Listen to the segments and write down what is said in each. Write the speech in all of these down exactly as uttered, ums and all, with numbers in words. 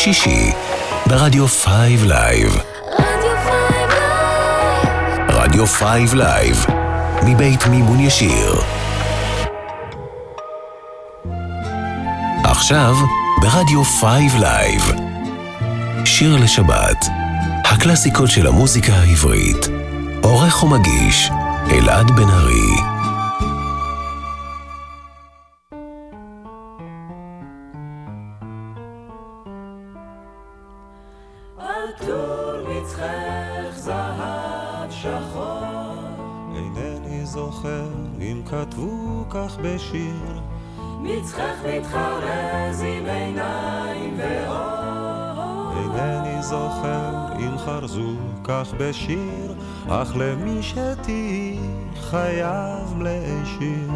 שישי ברדיו פייב לייב. רדיו פייב לייב. רדיו פייב לייב מבית מימון ישיר. עכשיו ברדיו פייב לייב שיר לשבת, הקלאסיקות של המוזיקה העברית. עורך ומגיש אלעד בן ארי. עטור מצחך זהב שחור, אינני זוכר אם כתבו כך בשיר. מצחך מתחרז עם עיניים ואור, אינני זוכר אם חרזו כך בשיר, אך למי שתהי חייב להשאיר.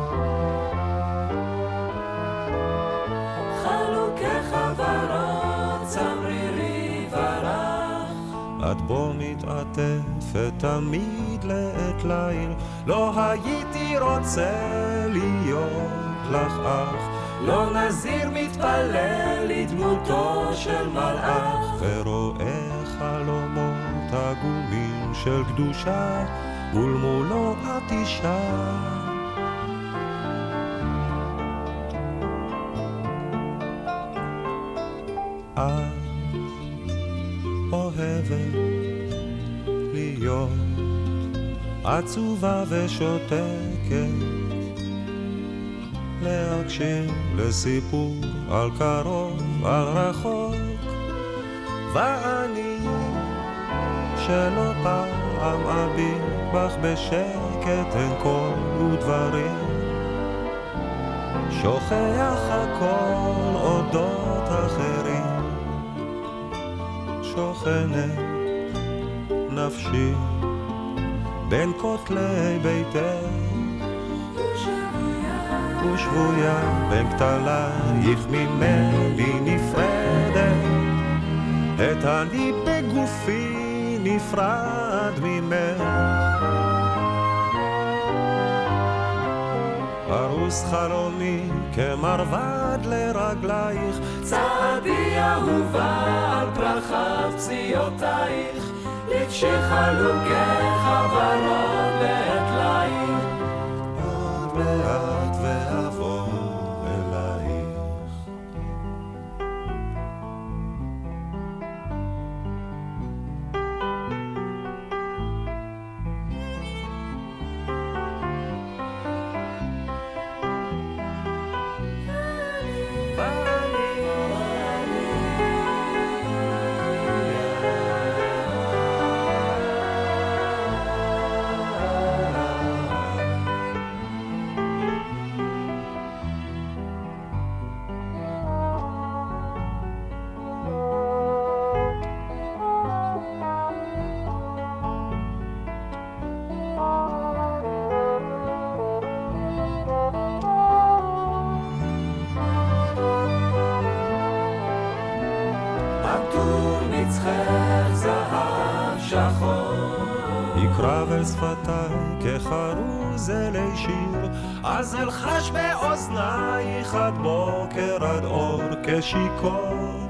חלוקי חברות צמרירי ורח, את בו מתעטפת תמיד לעת ליל. לא הייתי רוצה להיות לך אח, לא נזיר מתפלל לדמותו של מלאך, ורואה חלומות עגומים של קדושה, ולמולו את אישה. את אוהבת להיות עצובה ושותקת, להקשיב לסיפור על קרוב, על רחוק, ואני שלא פעם אביט בך בשקט, אין קול ודברים, שוכח הכל אודות אחרים. שוכנת נפשי בין כותלי ביתך, ושבויה בין כתלייך ממני נפרדת, את אני בגופי נפרד ממך. ארוס חלומי כמרבד לרגלייך, צעדי אהובה על פרחת פציעותייך, לבשי חלוקי חברות לעת ליל. עוד מעט ואבוא אלייך. יקרב אל שפתיי כחרוז אלי שיר, אז אלחש באוזנייך עד בוקר עד אור כשיקור.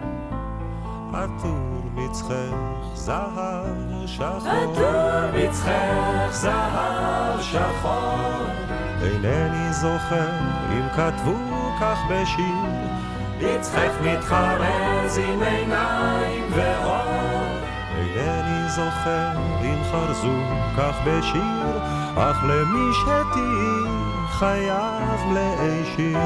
עטור מצחך זהב שחור, עטור מצחך זהב שחור, אינני זוכר אם כתבו כך בשיר. מצחך מתחרז עם עיניים ואור, אינני זוכר אם חרזו כך בשיר, אך למי שתהי חייב להשאיר.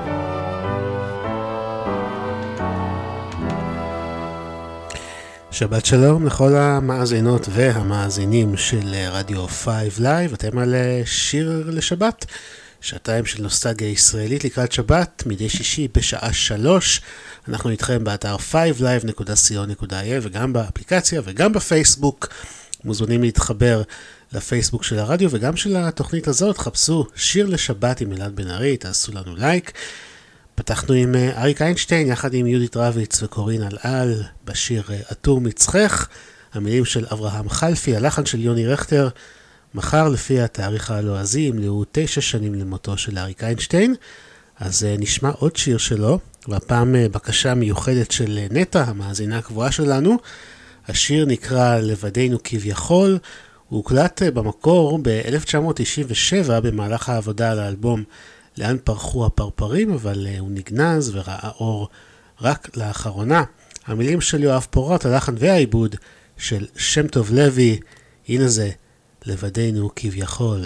שבת שלום לכל המאזינות והמאזינים של רדיו פייב לייב. אתם על שיר לשבת, שעתיים של נוסטלגיה ישראלית לקראת שבת, מדי שישי בשעה שלוש. אנחנו איתכם באתר פייב לייב נקודה סי או נקודה איי וגם באפליקציה וגם בפייסבוק. מוזמנים להתחבר לפייסבוק של הרדיו וגם של התוכנית הזאת. חפשו שיר לשבת עם אלעד בן ארי, תעשו לנו לייק. פתחנו עם אריק איינשטיין יחד עם יהודית רביץ וקורין אלעל בשיר עטור מצחך, המילים של אברהם חלפי, הלחן של יוני רכטר. מחר לפי התאריך הלועזי ימלאו תשע שנים למותו של אריק איינשטיין, אז נשמע עוד שיר שלו, והפעם בקשה מיוחדת של נטע, המאזינה הקבועה שלנו. השיר נקרא לבדנו כביכול, הוא הוקלט במקור ב-אלף תשע מאות תשעים ושבע במהלך העבודה על האלבום לאן פרחו הפרפרים, אבל הוא נגנז וראה אור רק לאחרונה. המילים של יואב פורת, הלחן והעיבוד של שם טוב לוי, הנה זה לבדנו כביכול.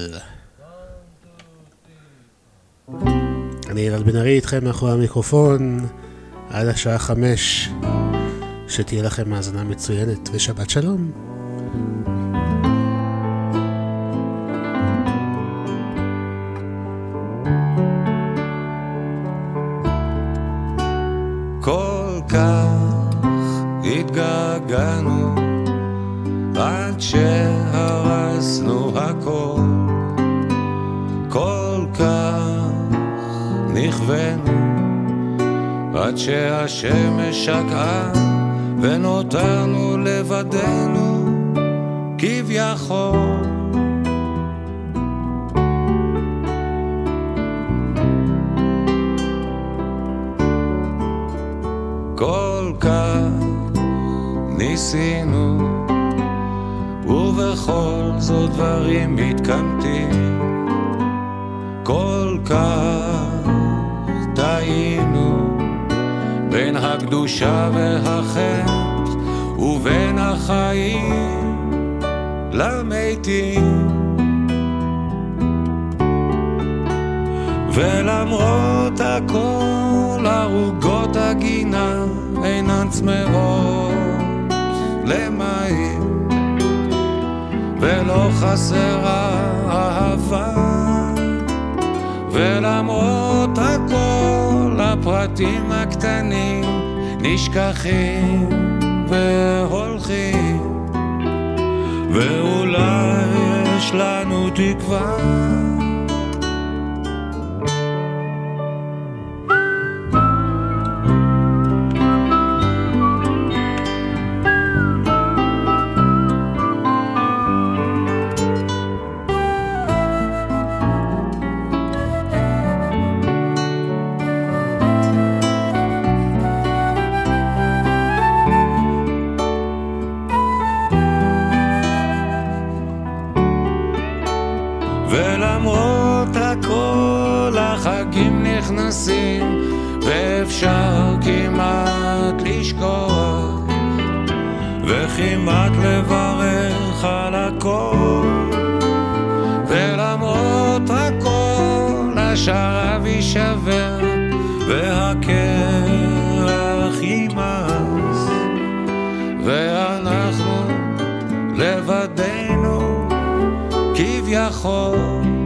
אני אלעד בן ארי איתכם מאחורי המיקרופון עד השעה חמש, שתהיה לכם מאזנה מצוינת ושבת שלום. כל כך התגעגענו עד שהרסנו הכל, כל כך נכוונו עד שהשמש שקעה ונותרנו לבדנו כביכול. כל כך ניסינו ובכל זאת דברים מתקמטים, כל כך טעינו בין הקדושה והחטא ובין החיים למתים. ולמרות הכל הרוגות הגינה אינן צמאות למים, ולא חסרה אהבה, ולמרות הכל הפרטים הקטנים נשכחים והולכים, ואולי יש לנו תקווה. ואפשר כמעט לשכוח וכמעט לברך על הכל, ולמרות הכל השרב יישבר והקרח יימס, ואנחנו לבדנו כביכול.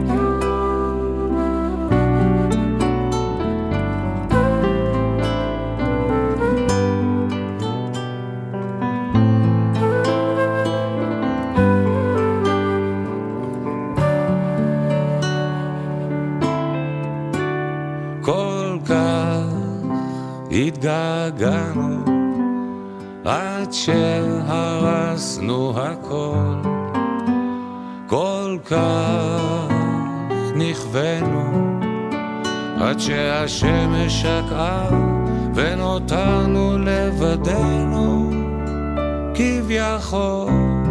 התגעגענו עד שהרסנו הכל, כל כך נכוונו עד שהשמש שקעה ונותרנו לבדנו כביכול.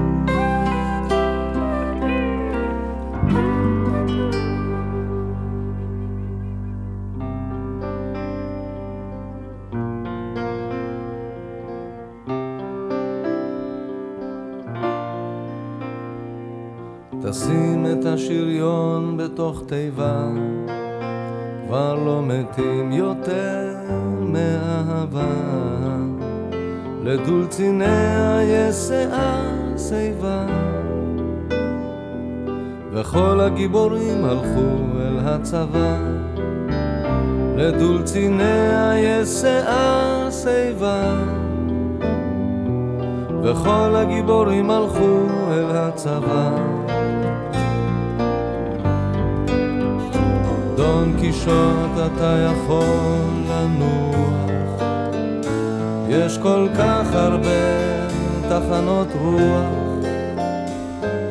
תשים את השריון בתוך תיבה, כבר לא מתים יותר מאהבה, לדולציניה יש שיער שיבה, וכל הגיבורים הלכו אל הצבא, לדולציניה יש שיער שיבה, וכל הגיבורים הלכו אל הצבא. דון קישוט אתה יכול לנוח, יש כל כך הרבה תחנות רוח,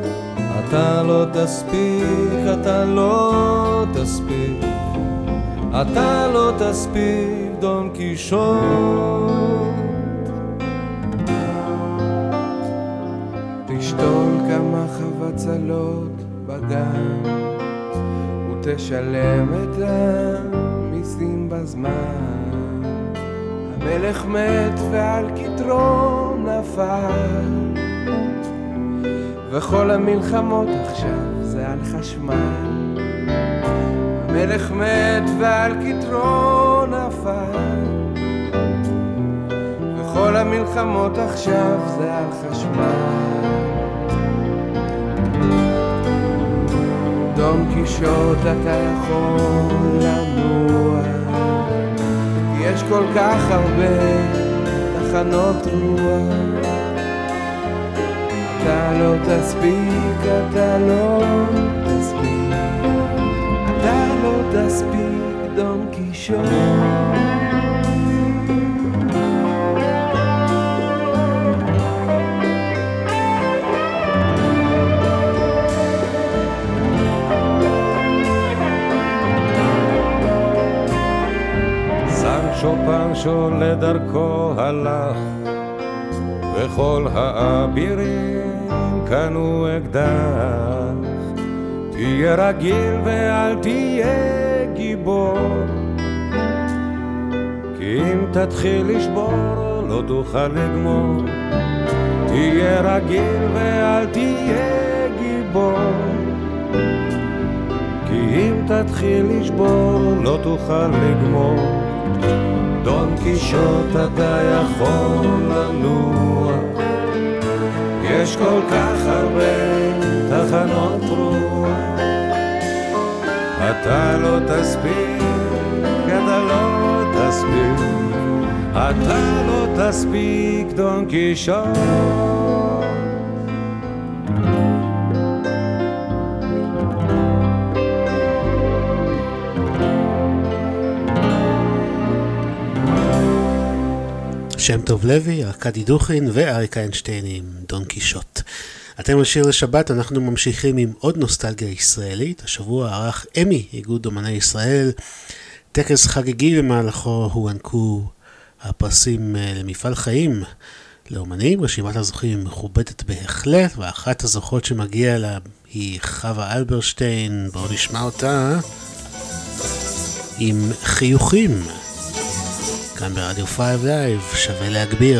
אתה לא תספיק, אתה לא תספיק, אתה לא תספיק דון קישוט. תשתול כמה חבצלות בגן ותשלם את המיסים בזמן. המלך מת ועל כתרו נפל, וכל המלחמות עכשיו זה על חשמל. המלך מת ועל כתרו נפל, וכל המלחמות עכשיו זה על חשמל. דון קישוט אתה יכול לנוע, יש כל כך הרבה תחנות רוח. אתה לא תספיק, אתה לא תספיק, אתה לא תספיק דון קישוט. סנצ'ו פנצ'ו לדרכו הלך, וכל האבירים קנו אקדח. תהיה רגיל ואל תהיה גיבור, כי אם תתחיל לשבור לא תוכל לגמור. תהיה רגיל ואל תהיה גיבור, כי אם תתחיל לשבור לא תוכל לגמור. דון קישוט אתה יכול לנוע, יש כל כך הרבה תחנות רוח. אתה לא תספיק, אתה לא תספיק, אתה לא תספיק דון קישוט. שם טוב לוי, ארכדי דוכין ואריק איינשטיין עם דון קישוט. אתם על שיר לשבת, אנחנו ממשיכים עם עוד נוסטלגיה ישראלית. השבוע ערך אמי, איגוד אומני ישראל, טקס חגיגי במהלכו הוענקו הפרסים למפעל חיים לאומנים. רשימת הזוכים מכובדת בהחלט, ואחת הזוכות שמגיע לה היא חווה אלברשטיין. בואו נשמע אותה עם חיוכים. כאן ברדיו פייב לייב, שווה להגביר.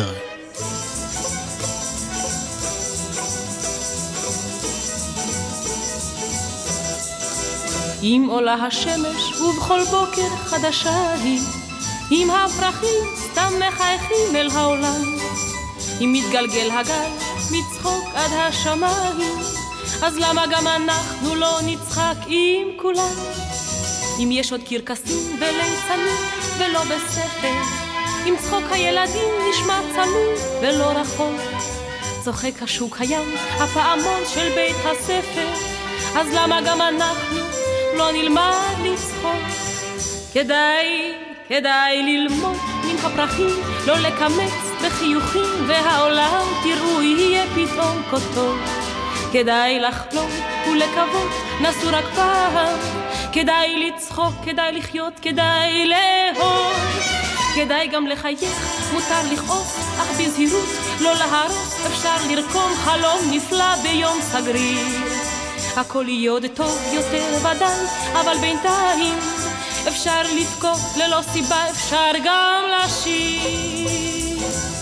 אם עולה השמש ובכל בוקר חדשה היא, אם הפרחים סתם מחייכים אל העולם, אם מתגלגל הגל מצחוק עד השמיים, אז למה גם אנחנו לא נצחק עם כולם? אם יש עוד קרקסים וליצנים ולא בספר, אם צחוק הילדים נשמע צלול ולא רחוק, צוחק השוק הים, הפעמון של בית הספר, אז למה גם אנחנו לא נלמד לצחוק? כדאי, כדאי ללמוד מן הפרחים, לא לקמץ בחיוכים, והעולם תראו יהיה פתאום כה טוב. כדאי לחלום ולקוות, נסו רק פעם, כדאי לצחוק, כדאי לחיות, כדאי לאהוב, כדאי גם לחייך, מותר לכעוס, אך בזהירות, לא להרוס, אפשר לרקום חלום נפלא ביום סגריר. הכל יהיה עוד טוב יותר ודאי, אבל בינתיים אפשר לבכות ללא סיבה, אפשר גם לשיר.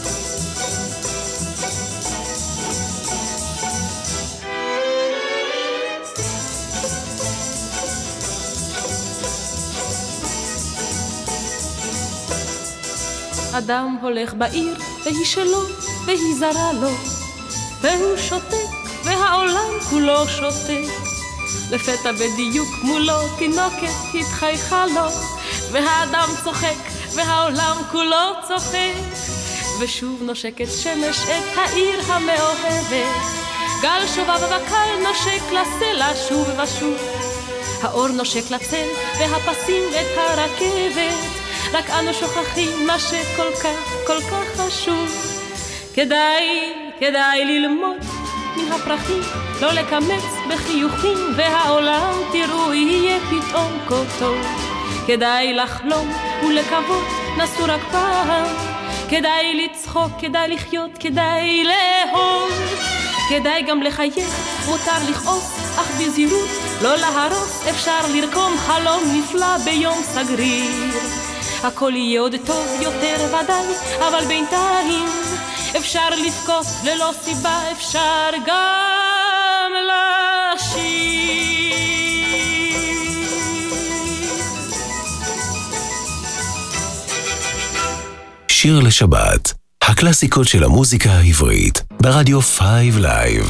אדם הולך בעיר והיא שלו והיא זרה לו, והוא שותק והעולם כולו שותק. לפתע בדיוק מולו תינוקת התחייכה לו, והאדם צוחק והעולם כולו צוחק. ושוב נושקת שמש את העיר המאוהבת, גל שובב וקל נושק לסלע שוב ושוב. האור נושק לצל והפסים את הרכבת, רק אנו שוכחים מה שכל כך כל כך חשוב. כדאי, כדאי ללמוד מן הפרחים, לא לקמץ בחיוכים, והעולם תראו יהיה פתאום כה טוב. כדאי לחלום ולקוות, נסו רק פעם. כדאי לצחוק, כדאי לחיות, כדאי לאהוב. כדאי גם לחייך, מותר לכעוס, אך בזהירות לא להרוס. אפשר לרקום חלום נפלא ביום סגריר. הכל יהיה עוד טוב יותר ודאי, אבל בינתיים אפשר לבכות ללא סיבה, אפשר גם לשיר. שיר לשבת, הקלאסיקות של המוזיקה העברית, ברדיו פייב לייב.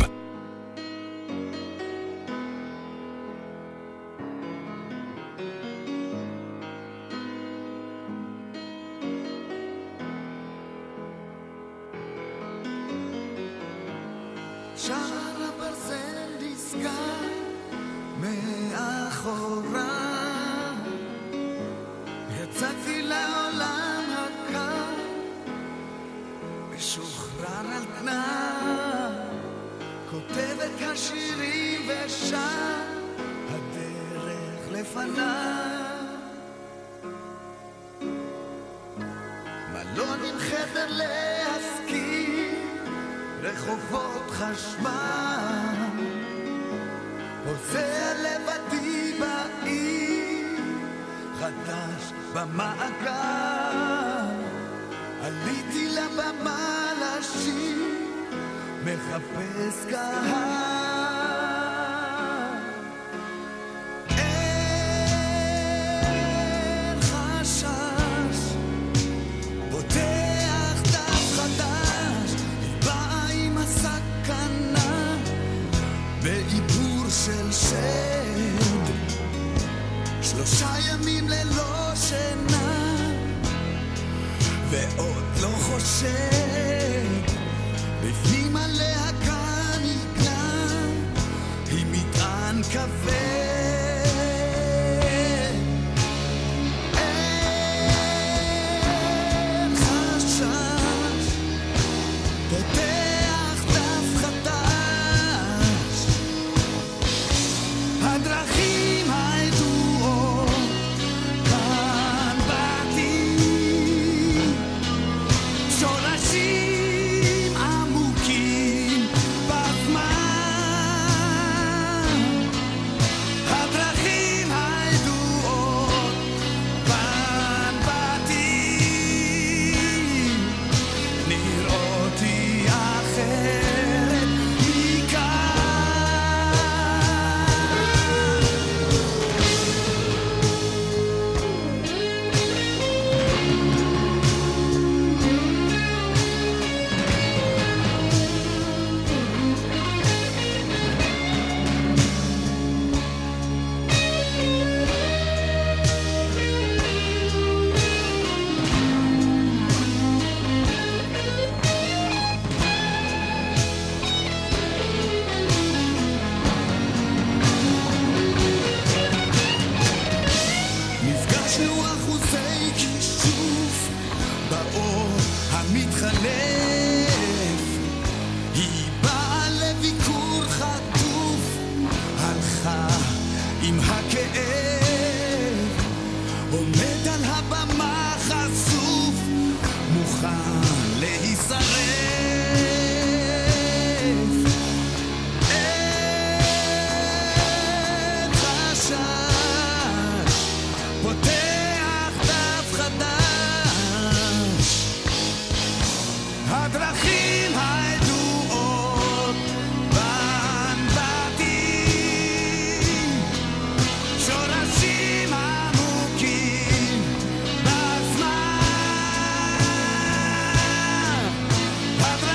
Padre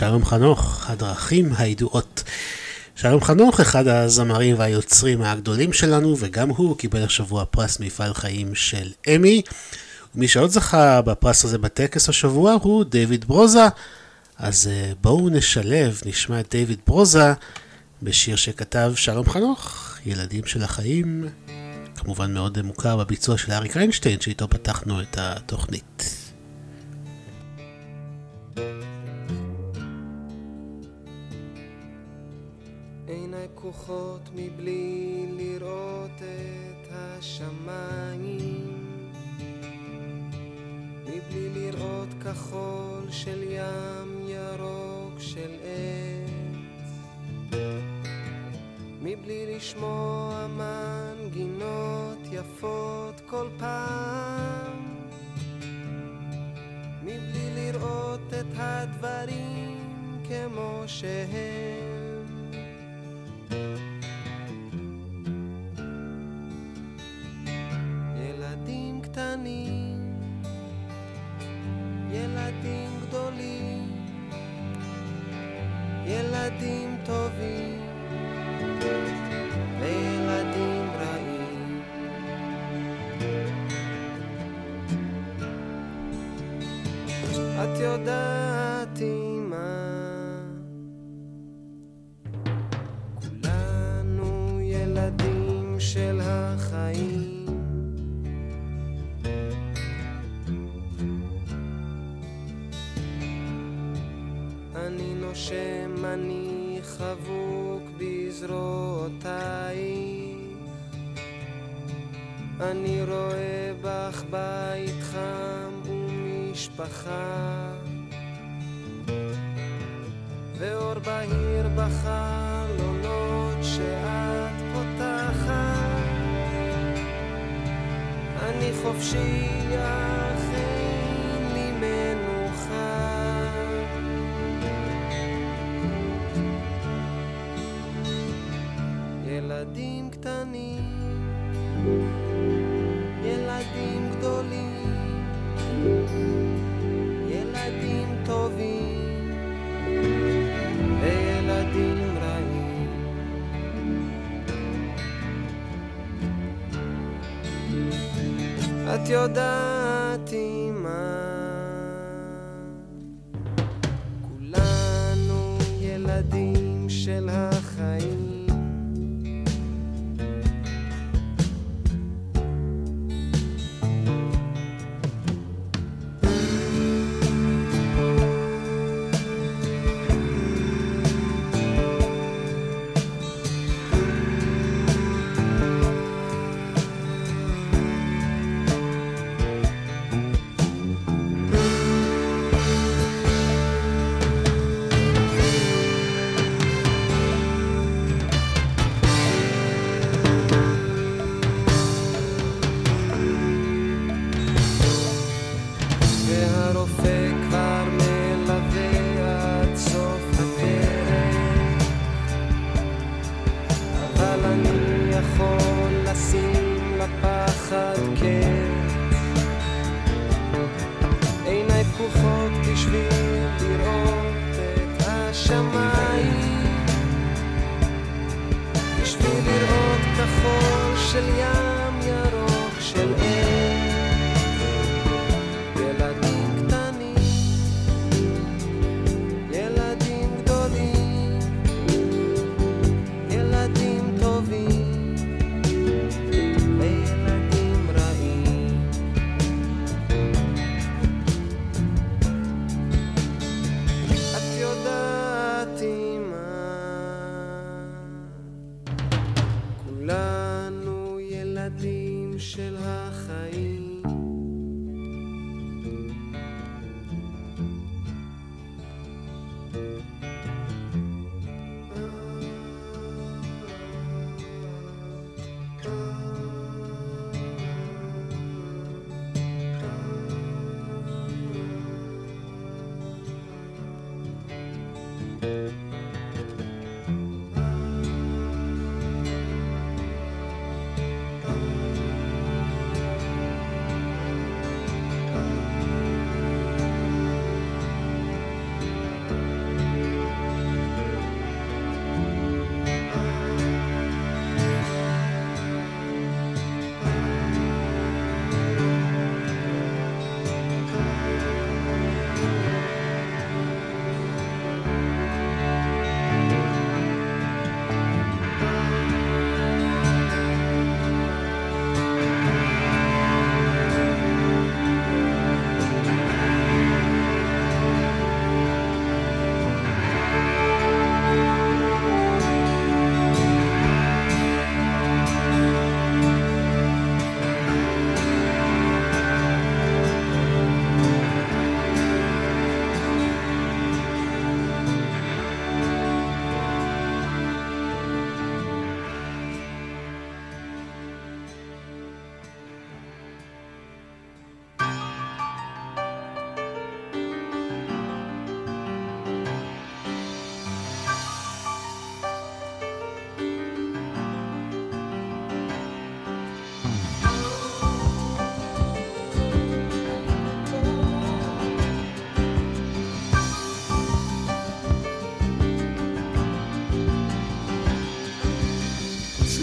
שלום חנוך, הדרכים הידועות. שלום חנוך, אחד הזמרים והיוצרים הגדולים שלנו, וגם הוא קיבל השבוע פרס מפעל חיים של אמי. ומי שעוד זכה בפרס הזה בטקס השבוע הוא דיוויד ברוזה. אז בואו נשלב, נשמע את דיוויד ברוזה בשיר שכתב שלום חנוך, ילדים של החיים. כמובן מאוד מוכר בביצוע של אריק איינשטיין, שאיתו פתחנו את התוכנית. עיניי פקוחות מבלי לראות את השמיים, מבלי לראות כחול של ים ירוק של עץ, מבלי לשמוע מנגינות יפות כל פעם, מבלי לראות את הדברים כמו שהם. ילדים קטנים, ילדים גדולים, ילדים טובים וילדים רעים. את יודעת אמא, כולנו ילדים של החיים. אני נושם, אני חבוק בזרועותייך, אני רואה בך בית חם ומשפחה, ואור בהיר בחלונות שאת פותחת. אני חופשי אך אין לי מנוחה, ילדים קטנים, ילדים גדולים, ילדים טובים וילדים רעים. את יודעת אמא, כולנו ילדים של החיים.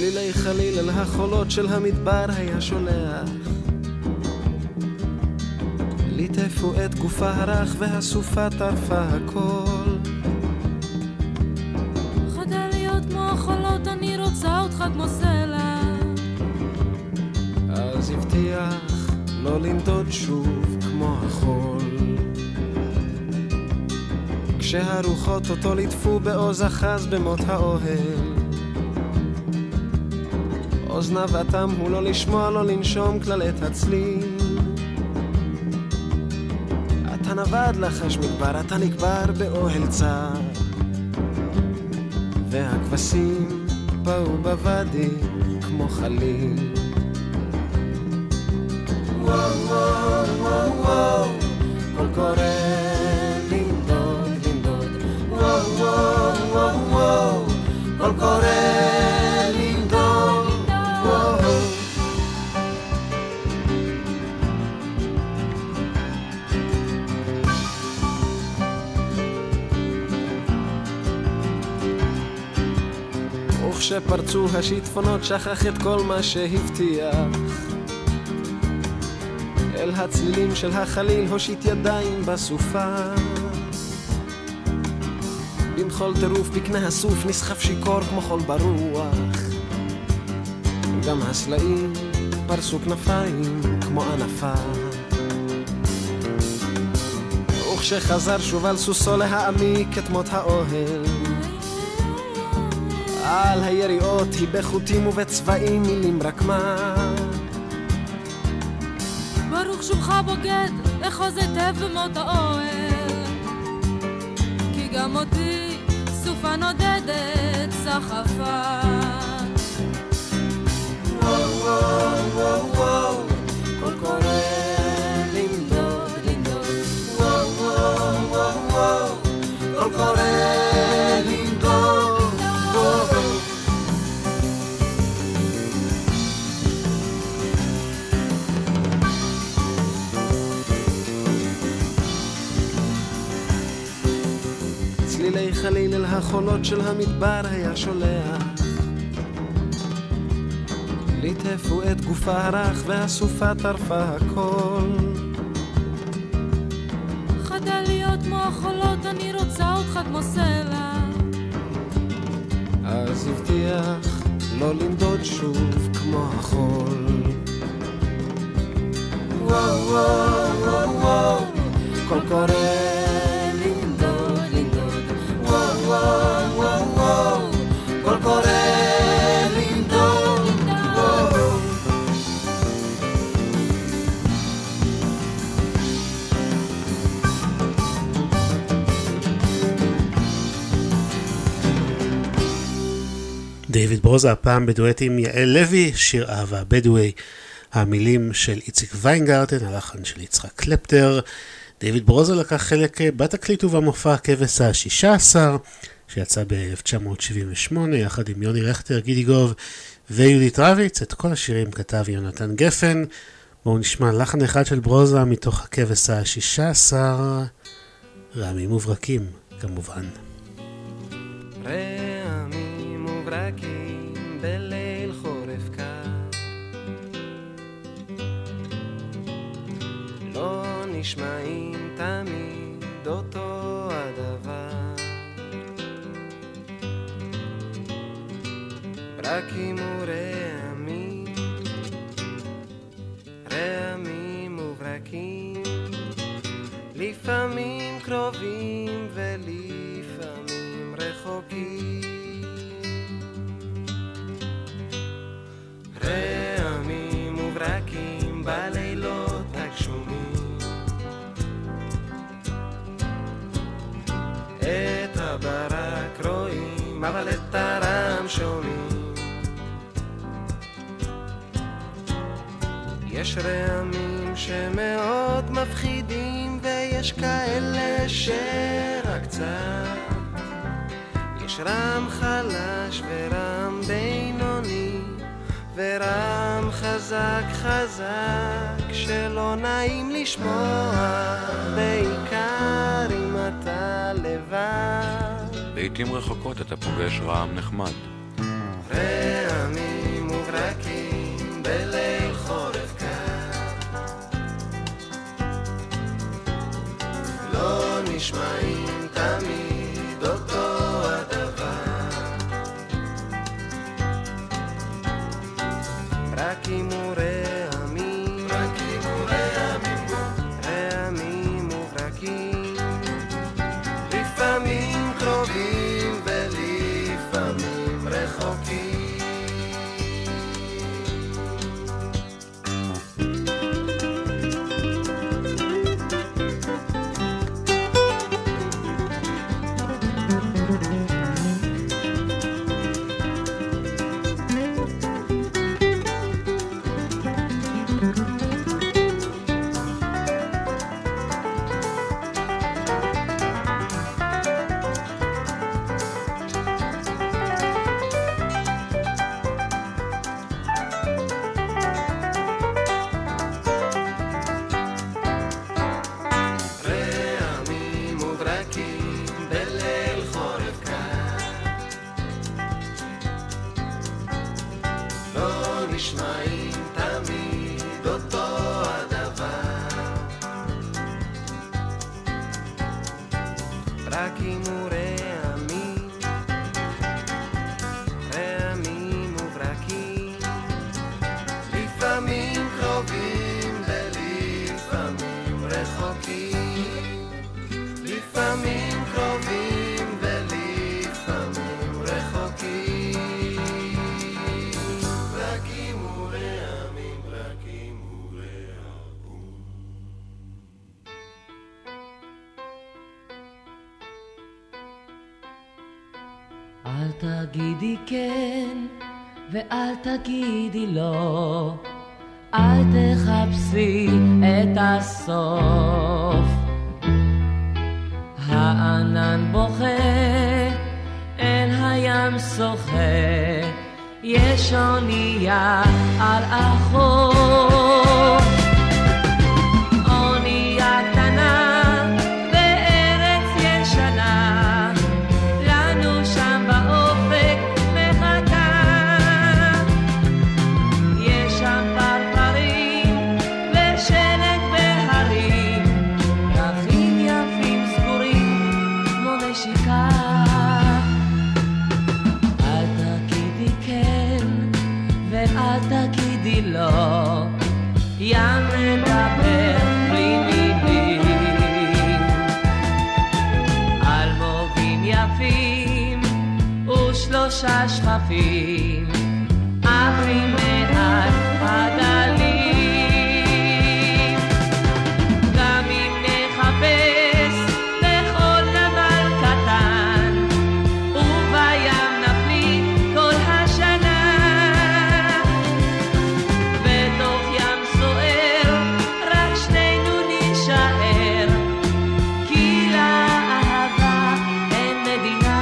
צלילי חליל אל החולות של המדבר היה שולח, ליטפו את גופה הרך והסופה טרפה הכל. חדל להיות כמו החולות, אני רוצה אותך כמו סלע. אז הבטיח לא לנדוד שוב כמו החול. כשהרוחות אותו ליטפו בעוז אחז במות האוהל, אוזניו אטם הוא לא לשמוע לא לנשום כלל את הצליל. אתה נבד לחש מדבר, אתה נקבר באוהל צר, והכבשים באו בוואדי כמו חליל. וואו וואו וואו וואו, קול קורא לנדוד לנדוד. וואו וואו וואו וואו, קול קורא לנדוד. וואו וכשפרצו השיטפונות שכח את כל מה שהבטיח, אל הצלילים של החליל הושיט ידיים בסופה. במחול טירוף בקנה הסוף נסחף שיקור כמו חול ברוח, גם הסלעים פרסו כנפיים כמו ענפה. וכשחזר שוב על סוסו להעמיק את מות האוהל, על היריעות היא בחוטים ובצבעים מילים רק מה. ברוך שובך בוגד, אחוז היטב במות האוהל, כי גם אותי סופה נודדת סחפה. וואו וואו וואו וואו, קול קורא לנדוד לנדוד. וואו וואו וואו וואו, קול קורא לנדוד. צלילי חליל אל החולות של המדבר היה שולח, ליטפו את גופה הרך והסופה טרפה הכל. חדל להיות כמו החולות, אני רוצה אותך כמו סלע. אז הבטיח לא לנדוד שוב כמו החול. וואו וואו וואו וואו, קול קורא לנדוד לנדוד. וואו וואו וואו וואו, קול קורא לנדוד. וואו דיוויד ברוזה, הפעם בדואט עם יעל לוי, שיר אהבה בדואי, המילים של איציק ויינגרטן, הלחן של יצחק קלפטר. דיוויד ברוזה לקח חלק בתקליט ובמופע הכבש השישה עשר, שיצא ב-אלף תשע מאות שבעים ושמונה, יחד עם יוני רכטר, גידיגוב ויהודית רביץ. את כל השירים כתב יונתן גפן. בואו נשמע לחן אחד של ברוזה מתוך הכבש השישה עשר, רעמים וברקים כמובן. רעמים וברקים בליל חורף קר, לא נשמעים תמיד אותו הדבר. ברקים ורעמים, רעמים וברקים, לפעמים קרובים ולפעמים רחוקים. רעמים וברקים בלילות הגשומים, את הברק רואים אבל את הרם שומעים. יש רעמים שמאוד מפחידים ויש כאלה שרק קצת. יש רם חלש ורם בינוני ורם חזק חזק שלא נעים לשמוע, בעיקר אם אתה לבד. לעתים רחוקות אתה פוגש רעם נחמד. רעמים וברקים בליל חורף קר. לא נשמעים תמיד אותו הדבר, ברקים ורעמים, ברקים ורעמים, רעמים וברקים, לפעמים קרובים ולפעמים רחוקים. אל תגידי כן ואל תגידי לא, אל תחפשי את הסוף. הענן בוכה, אל הים שוחה, יש אונייה על החוף. אונייה קטנה בארץ ישנה, לנו שם באופק מחכה. יש שם פרפרים ושלג בהרים, פרחים יפים סגורים כמו נשיקה. אל תגידי כן ואל תגידי לא, ים מדבר בלי מילים, אלמוגים יפים ושלושה שכפים עפים מעל הגלים. גם אם נחפש בכל נמל קטן ובים נפליג כל השנה, בתוך ים סוער רק שנינו נשאר, כי לאהבה אין מדינה.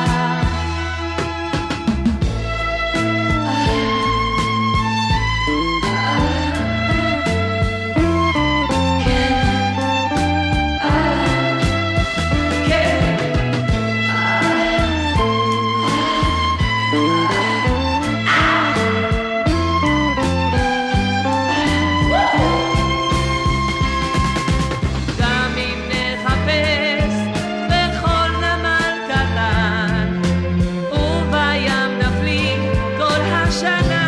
גם אם נחפש בכל נמל קטן ובים נפליג כל השנה,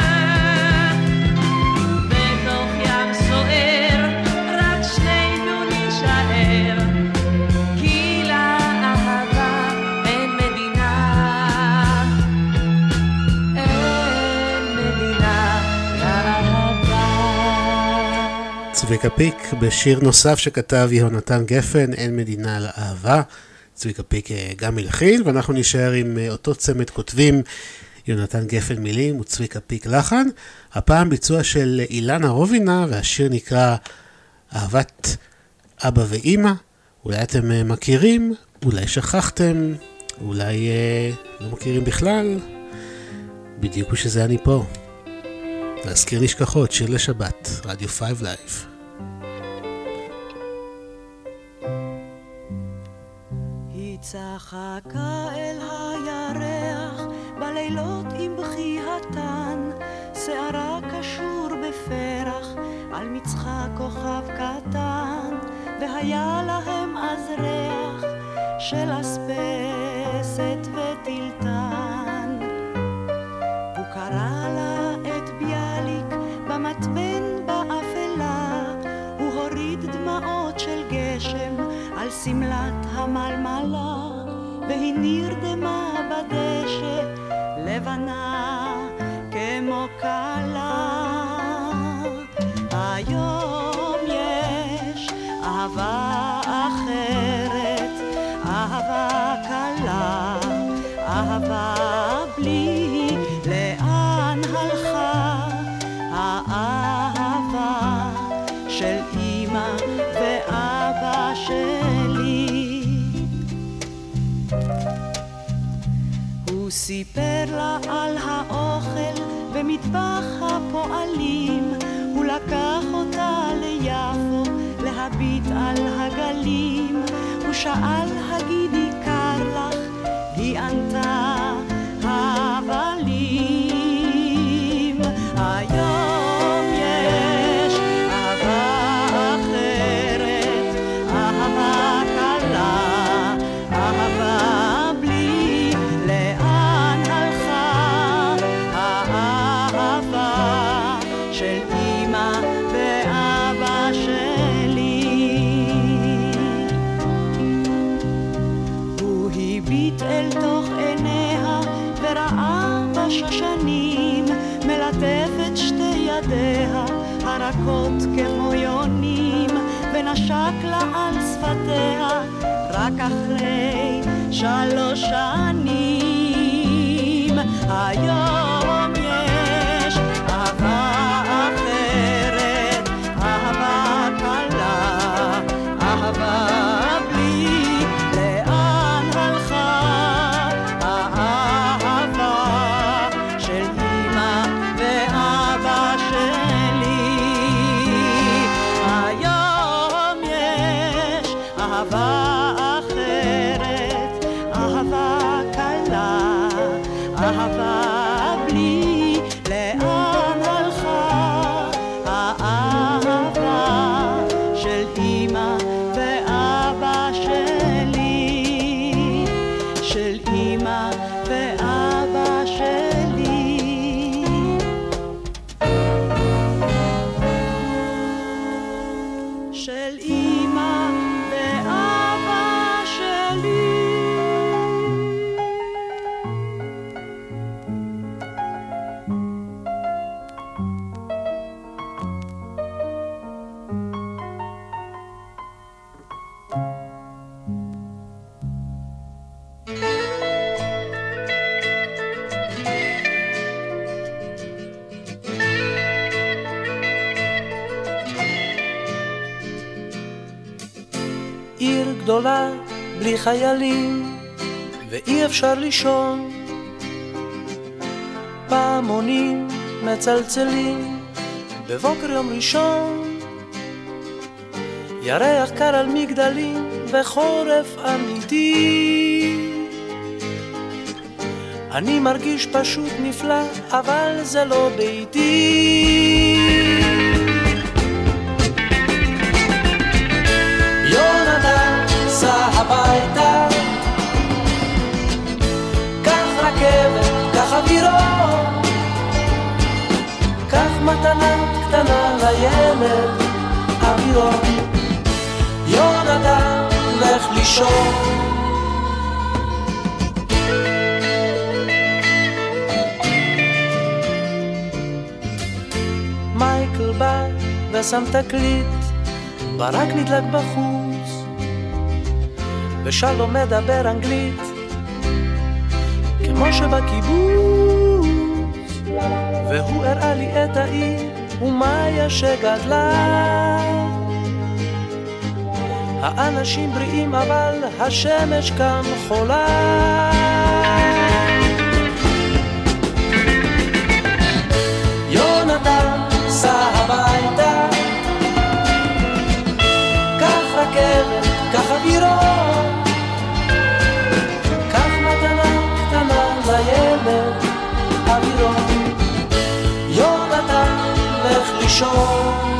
בתוך ים סוער רק שנינו נשאר, כי לאהבה אין מדינה. אין מדינה לאהבה. צביקה פיק בשיר נוסף שכתב יהונתן גפן, אין מדינה לאהבה. צביקה פיק אה, גם מלחין, ואנחנו נשאר עם אה, אותו צמד כותבים, יהונתן גפן מילים וצביקה פיק לחן. הפעם ביצוע של אילנה רובינה, והשיר נקרא אהבת אבא ואימא. אולי אתם אה, מכירים, אולי שכחתם, אולי אה, לא מכירים בכלל. בדיוק שזה אני פה. להזכיר נשכחות, שיר לשבת, רדיו פייב לייב. היא צחקה אל הירח בלילות עם בחייתן, שערה קשור בפרח, על מצחה כוכב קטן, והיה להם אז ריח של אספסת וטלטן. הוא קרא לה את ביאליק במתבן באפלה, הוא הוריד דמעות של גשם על סמלת המלמלה, והיא נרדמה בדשא לבנה כמו קלה. היום יש אהבה אחרת, אהבה קלה, אהבה בלי לאן הלכה, האהבה של אמא ואבא שלי. הוא סיפר לה על האוכל במטבח הפועלים, הוא לקח אותה ליפו להביט על הגלים, הוא שאל הגידי קר לך, היא ענתה הבלים. היום יש אהבה אחרת, אהבה קלה, אהבה בלי לאן הלכה, האהבה של אמא ואבא שלי. הוא הביט אל תוך עיניה וראה בשושנים, מלטף את שתי ידיה הרכות כמו יונים, ונשק לה על שפתיה רק אחרי שלוש שנים. היום יש אהבה אחרת, אהבה קלה, אהבה בלי לאן הלכה, האהבה של אמא ואבא שלי. היום יש אהבה אחרת, אהבה קלה, אהבה בלי לאן הלכה, האהבה של אמא ואבא שלי, של אמא ואבא שלי. של אמא ואבא שלי. עיר גדולה בלי חיילים ואי אפשר לישון, פעמונים מצלצלים בבוקר יום ראשון, ירח קר על מגדלים וחורף אמיתי. אני מרגיש פשוט נפלא, אבל זה לא ביתי. יונתן, סע הביתה, קח רכבת, קח אווירון, קח מתנה קטנה לילד, אווירון. יונתן, לך לישון. מייקל בא ושם תקליט, ברק נדלק בחוץ, ושלום מדבר אנגלית כמו שבקיבוץ, והוא הראה לי את העיר ומאיה שגדלה. האנשים בריאים אבל השמש כאן חולה. יונתן, סע הביתה, קח רכבת, קח אווירון, קח מתנה קטנה לילד, לישון.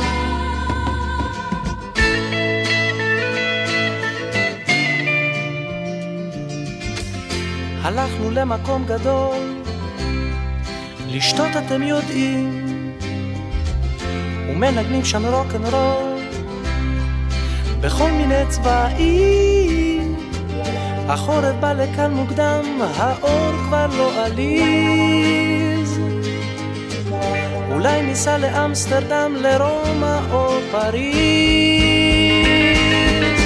הלכנו למקום גדול, לשתות אתם יודעים, ומנגנים שם רוק'נ'רול בכל מיני צבעים. החורף בא לכאן מוקדם, האור כבר לא עליז. אולי ניסע לאמסטרדם, לרומא או פריז.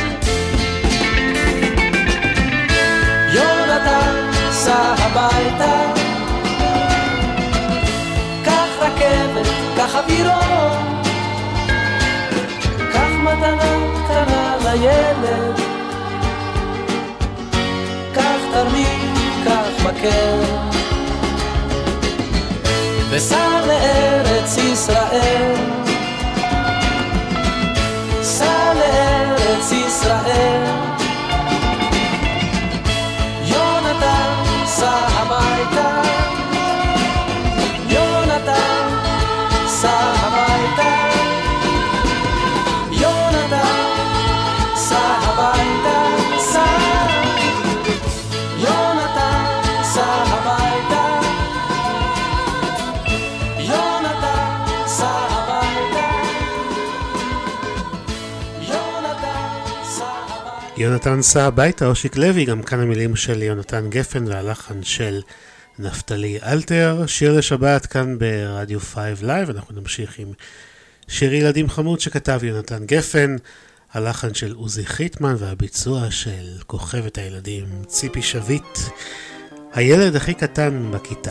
יונתן סע הביתה, קח רכבת, קח אווירון, קח מתנה קטנה לילד, קח תרמיד, קח מקל, וסע לארץ ישראל, סע לארץ ישראל. יונתן סע הביתה, יונתן סע הביתה, יונתן סע הביתה, סע, יונתן סע הביתה, יונתן סע הביתה, יונתן סע הביתה. יונתן סע הביתה, אושיק לוי, גם כאן המילים של יונתן גפן והלחן של נפתלי אלתר. שיר לשבת כאן ברדיו פייב לייב. אנחנו נמשיך עם שיר ילדים חמוד שכתב יונתן גפן, הלחן של עוזי חיטמן והביצוע של כוכבת הילדים ציפי שביט. הילד הכי קטן בכיתה.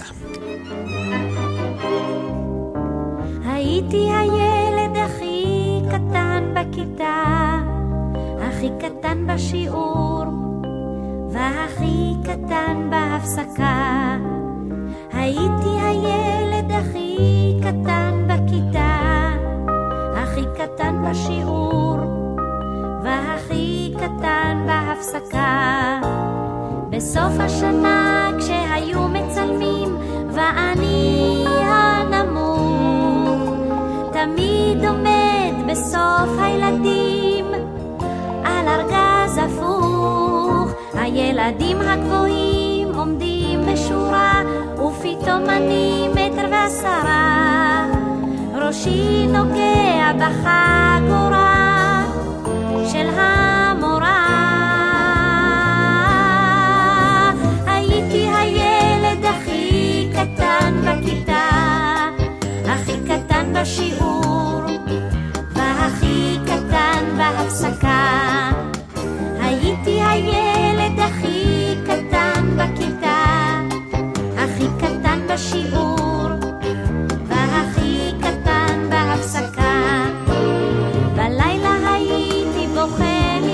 הייתי הילד הכי קטן בכיתה, הכי קטן בשיעור והכי קטן בהפסקה. הייתי הילד הכי קטן בכיתה, הכי קטן בשיעור והכי קטן בהפסקה. בסוף השנה כשהיו מצלמים ואני הנמוך תמיד עומד בסוף הילדים על ארגז הפוך. הילדים הגבוהים עומדים בשורה ופתאום אני מטר ועשרה, ראשי נוגע בחגורה של המורה. הייתי הילד הכי קטן בכיתה, הכי קטן בשיעור והכי קטן בהפסקה. הייתי הילד הכי קטן בכיתה, הכי קטן בשיעור והכי קטן בהפסקה. בלילה הייתי בוכה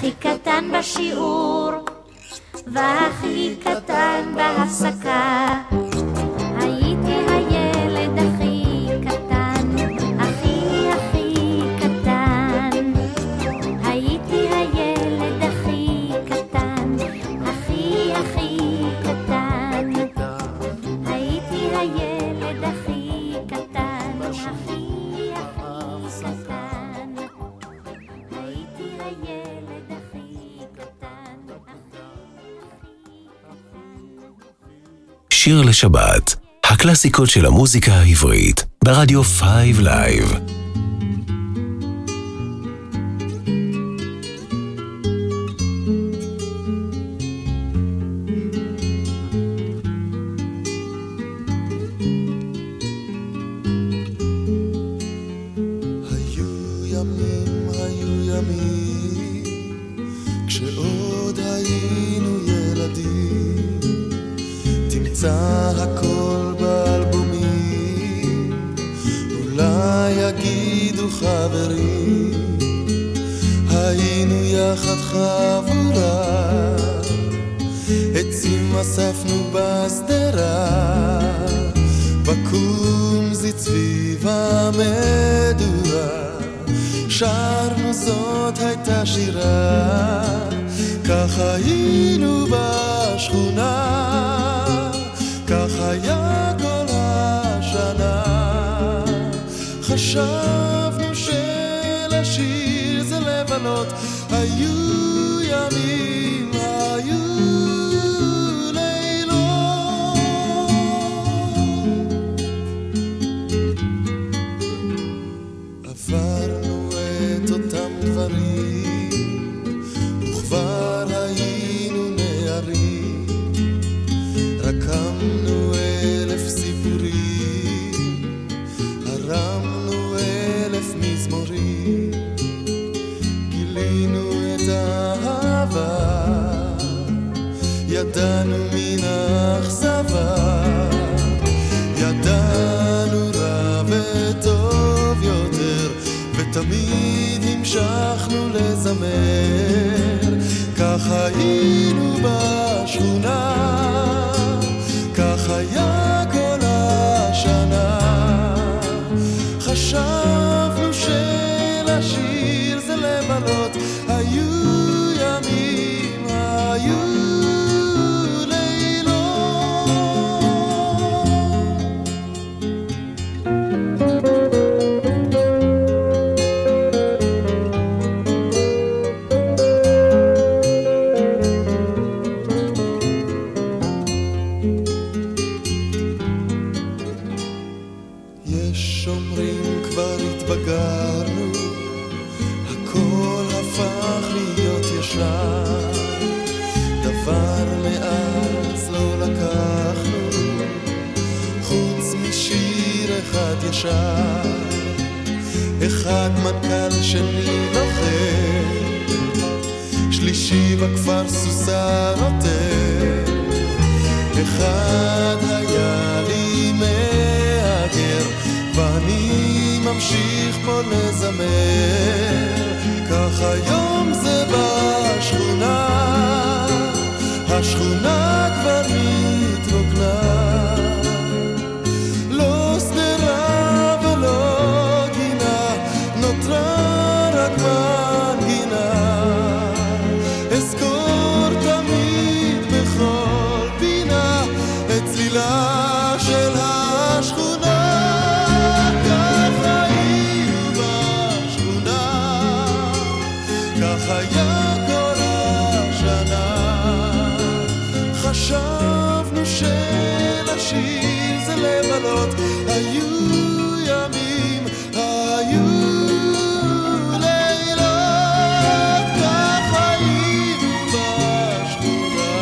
הכי קטן בשיעור והכי קטן בהפסקה. הייתי הילד הכי קטן, הכי הכי קטן. הייתי הילד הכי קטן, הכי הכי קטן. הייתי הילד הכי קטן, הכי הכי קטן. הייתי הילד הכי קטן, שיר לשבת, הקלאסיקות של המוזיקה העברית, ברדיו פייב לייב. הכל באלבומים, אולי יגידו חברים, היינו יחד חבורה, עצים אספנו בסדרה, בקום זית סביב המדורה, שרנו זאת הייתה שירה, כך היינו בשכונה, כך היה כל השנה. חשבנו שלשיר זה לבלות, היו ימים, היו לילות. עברנו את אותם דברים וכבר היינו נערים, רקמנו אלף סיפורים, הרמנו אלף מזמורים, גילינו את האהבה, ידענו מן האכזבה, ידענו רע וטוב יותר, ותמיד המשכנו לזמר, כך היינו בשכונה, כך היה כל השנה. חשבנו שלשיר זה לבלות, היו ימים, היו לילות. יש אומרים כבר התבגרנו, הכל הפך להיות ישר, דבר מאז לא לקחנו חוץ משיר אחד ישר, אחד מנכ"ל שני לוחם, שלישי בכפר סוסה רוטר, אחד היה לי מהגר ואני ממשיך פה לזמר, כך היום זה בשכונה, השכונה כבר מתרוקנה, לא סדרה ולא גינה, נותרה רק מנגינה, אזכור תמיד בכל פינה את צלילה של השכונה. היה כל השנה, חשבנו שלשיר זה לבלות, היו ימים, היו לילות, כך היינו בשכונה.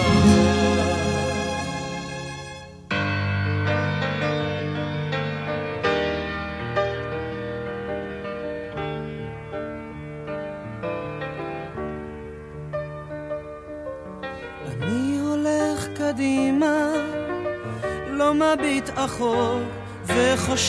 קדימה, לא מביט אחור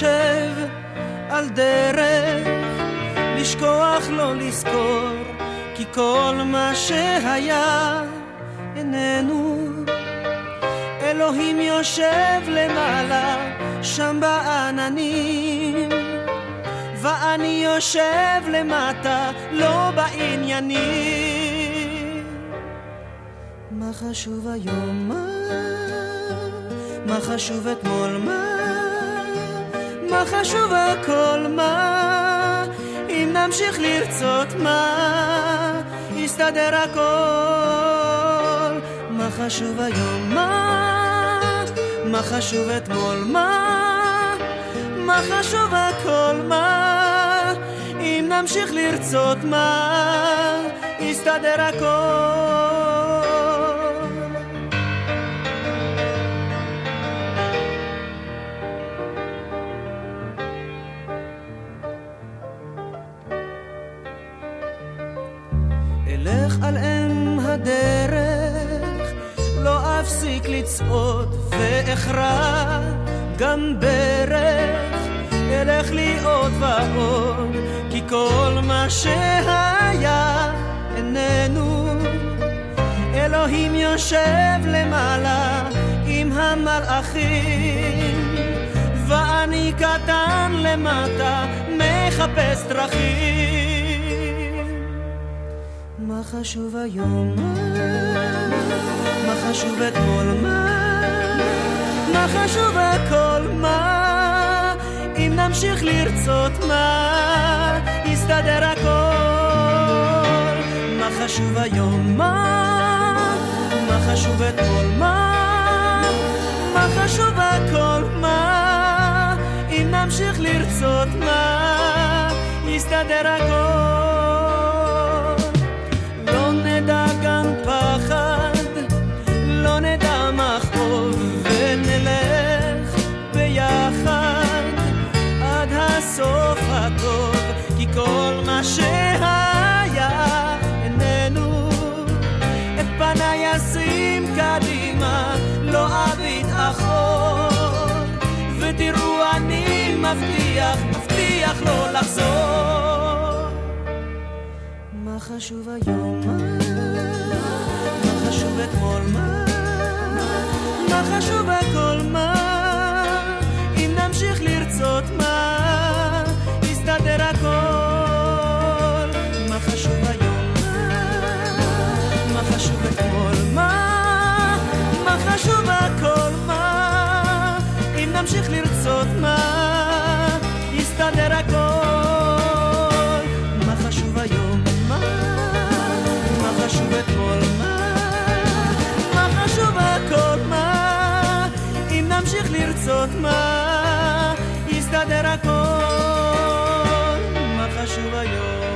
וחושב על דרך, לשכוח לא לזכור, כי כל מה שהיה איננו. אלוהים יושב למעלה שם בעננים, ואני יושב למטה לא בעניינים. מה חשוב היום? מה? מה חשוב אתמול? מה? מה חשוב הכל? מה? אם נמשיך לרצות מה? יסתדר הכל. מה חשוב היום? מה? מה חשוב אתמול? מה? מה חשוב הכל? מה? אם נמשיך לרצות מה? יסתדר הכל. אלך על אם הדרך, לא אפסיק לצעוד ואכרע גם ברך. אלך לי עוד ועוד, כי כל מה שהיה איננו. אלוהים יושב למעלה עם המלאכים, ואני קטן למטה מחפש דרכים. מה חשוב היום? מה חשוב אתמול? מה? מה חשוב הכל? מה? אם נמשיך לרצות מה? יסתדר הכל. מה חשוב היום? מה? מה חשוב אתמול? מה? מה חשוב הכל? מה? אם נמשיך לרצות מה? יסתדר הכל. לא נדע גם פחד, לא נדע מכאוב, ונלך ביחד עד הסוף הטוב, כי כל מה שהיה איננו. את פניי אשים קדימה, לא אביט אחור, ותראו אני מבטיח, מבטיח לא לחזור. מה חשוב היום? מה חשוב אתמול? מה? מה חשוב הכל? מה? אם נמשיך לרצות מה? יסתדר הכל. מה חשוב היום? מה חשוב אתמול? מה? מה חשוב הכל? מה? אם נמשיך לרצות מה? יסתדר הכל. מה חשוב היום? מה? מה חשוב אתמול? מה? מה חשוב הכל? מה? אם נמשיך לרצות מה? יסתדר הכל. מה חשוב היום?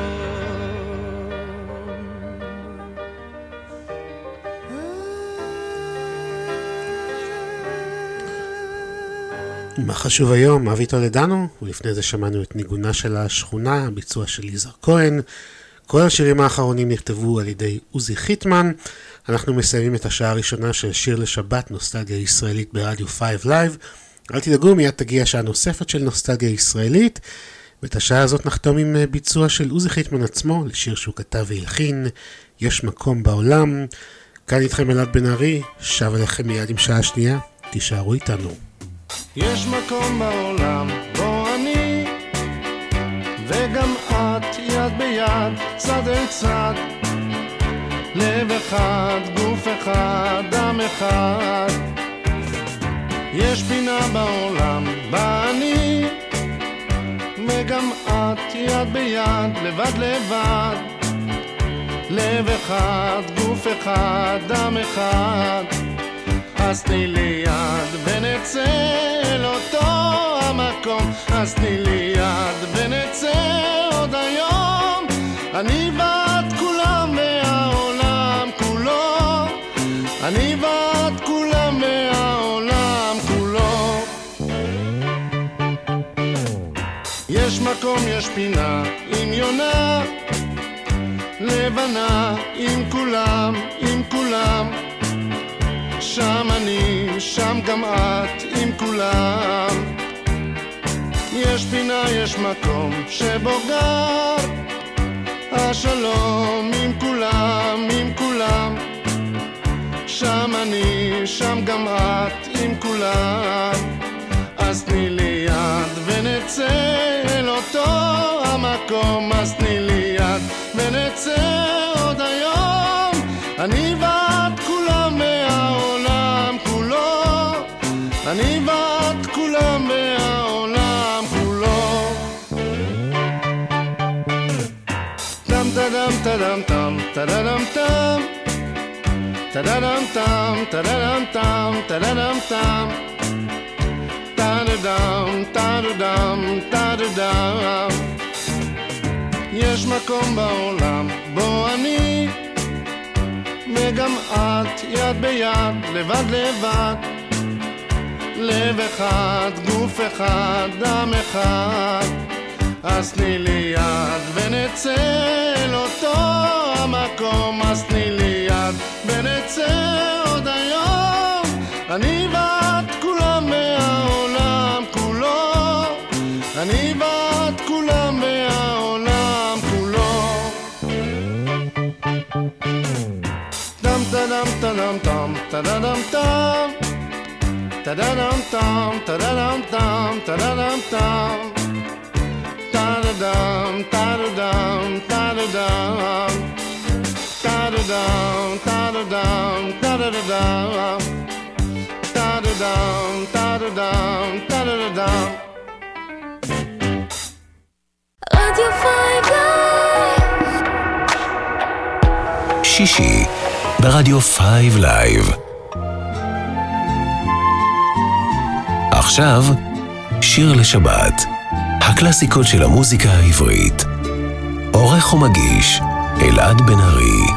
מה חשוב היום? אבי טולדנו, ולפני זה שמענו את ניגונה של השכונה, ביצוע של יזהר כהן. כל השירים האחרונים נכתבו על ידי עוזי חיטמן. אנחנו מסיימים את השעה הראשונה של שיר לשבת, נוסטלגיה ישראלית ברדיו פייב לייב. אל תדאגו, מיד תגיע שעה נוספת של נוסטלגיה ישראלית, ואת השעה הזאת נחתום עם ביצוע של עוזי חיטמן עצמו, לשיר שהוא כתב והלחין, יש מקום בעולם. כאן איתכם אלעד בן ארי, שב אליכם מיד עם שעה שנייה, תישארו איתנו. יש מקום בעולם בו אני וגם את יד ביד, צד אל צד, לב אחד, גוף אחד, דם אחד. יש פינה בעולם בה אני וגם את יד ביד, לבד לבד, לב אחד, גוף אחד, דם אחד. אז תני לי יד ונצא אל אותו המקום, אז תני לי יד ונצא עוד היום. אני ואת כולם מהעולם כולו, אני ואת כולם מהעולם כולו. יש מקום, יש פינה עם יונה לבנה, עם כולם, עם כולם. שם אני, שם גם את, עם כולם. יש פינה, יש מקום שבו גר השלום עם כולם, עם כולם, שם אני, שם גם את, עם כולם. אז תני לי יד ונצא אל אותו המקום, אז תני לי יד ונצא עוד היום, אני ואת כולם מהעולם כולו, אני ואת כולם מהעולם כולו. טם טדם טדם טם טדם טם טדם טם טדם טם טדם טם טדם טדם טדם. יש מקום בעולם בו אני וגם את יד ביד, לבד לבד, לב אחד, גוף אחד, דם אחד. אז תני לי יד ונצא אל אותו המקום, אז תני לי יד ונצא עוד היום, אני ואת כולם מהעולם כולו, אני ואת כולם מהעולם כולו. טם טדם טדם טם טדם טם טדם טם טדם טם טדם טם טדם טדם טדם טדם טדם טדם טדם טדם טדם. רדיו פייב לייב שישי ברדיו פייב לייב. עכשיו שיר לשבת, הקלאסיקות של המוזיקה העברית. עורך ומגיש אלעד בן ארי.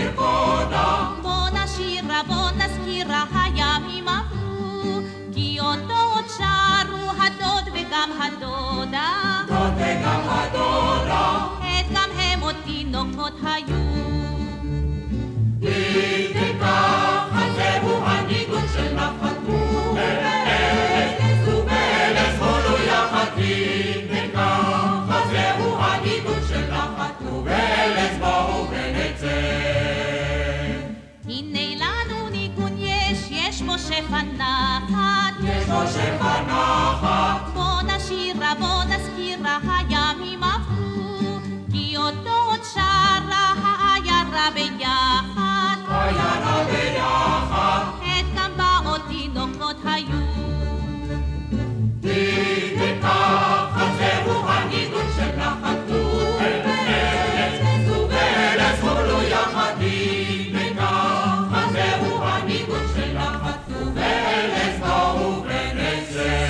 בוא נזכיר הימים עברו, כי עוד תינוקות היו. תיקח הזהו הניגון של נחתו, באלס ובאלס הולו יחד. תיקח הזהו הניגון של נחתו, באלס בואו ונצא. הנה לנו ניגון יש, יש בו שפע נחת, יש בו שפע נחת. בוא נשירה, בוא נזכירה, הימים עברו, כי אותו עוד שרה העיירה ביחד. העיירה ביחד. עת גם באות תינוקות היו. תיקח הזהו הניגון של נחתו, באלס ובאלס הולו יחד. תיקח הזהו הניגון של נחתו, באלס בואו ונצא.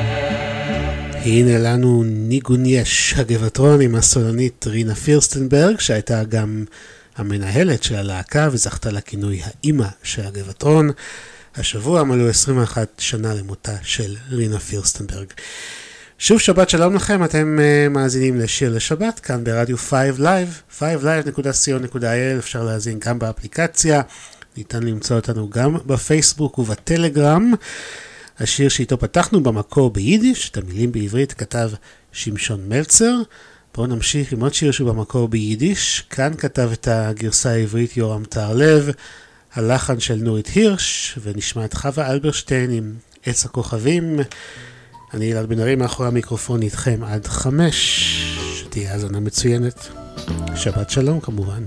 הנה לנו ניגון יש, הגבעתרון עם הסולנית רינה פירסטנברג, שהייתה גם המנהלת של הלהקה וזכתה לכינוי האימא של הגבעתרון. השבוע מלאו עשרים ואחת שנה למותה של רינה פירסטנברג. שוב שבת שלום לכם, אתם uh, מאזינים לשיר לשבת כאן ברדיו פייב לייב, פייב לייב נקודה סי או נקודה איי אל, אפשר להאזין גם באפליקציה, ניתן למצוא אותנו גם בפייסבוק ובטלגרם. השיר שאיתו פתחנו במקור ביידיש, את המילים בעברית כתב שמשון מלצר. בואו נמשיך עם עוד שיר שהוא במקור ביידיש, כאן כתב את הגרסה העברית יורם טהרלב, הלחן של נורית הירש, ונשמע את חווה אלברשטיין עם עץ הכוכבים. אני אלעד בן ארי מאחורי המיקרופון איתכם עד חמש, שתהיה האזנה מצוינת. שבת שלום כמובן.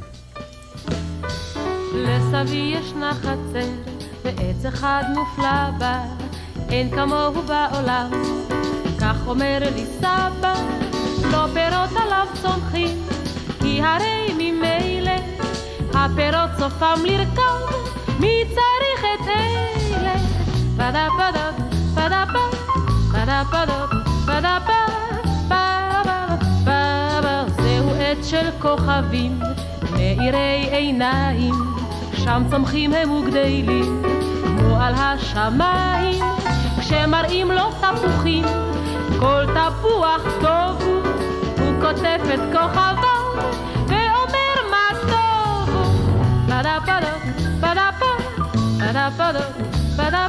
לסבי ישנה חצר ועץ אחד מופלא בה, אין כמוהו בעולם, כך אומר לי סבא. לא פירות עליו צומחים, כי הרי ממילא הפירות סופם לרכב, מי צריך את אלה? פדה פדה פדה פדה פדה פדה פדה פדה. זהו עץ של כוכבים מאירי עיניים, שם צומחים הם וגדלים כמו על השמיים. כשמראים לו תפוחים, כל תפוח טוב הוא, הוא כותב את כוכביו ואומר מה טוב הוא. פדה פדה פדה פדה פדה פדה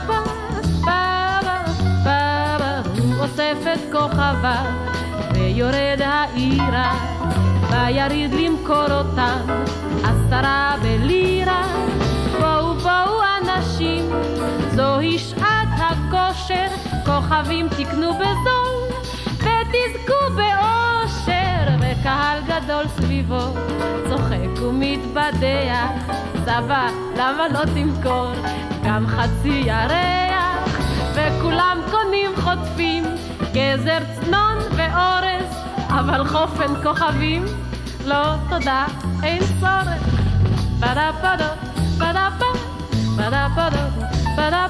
פדה פדה. הוא אוסף את כוכביו ויורד העירה, ויריד למכור אותם עשרה בלירה. בואו בואו אנשים, זוהי שעת הכושר, כוכבים תקנו בזול ותזכו באושר. וקהל גדול סביבו צוחק ומתבדח, סבא למה לא תמכור גם חצי ירח? וכולם קונים חוטפים גזר צנון ואורז, אבל חופן כוכבים לא תודה אין צורך. פדה פדה פדה פדה פדה פדה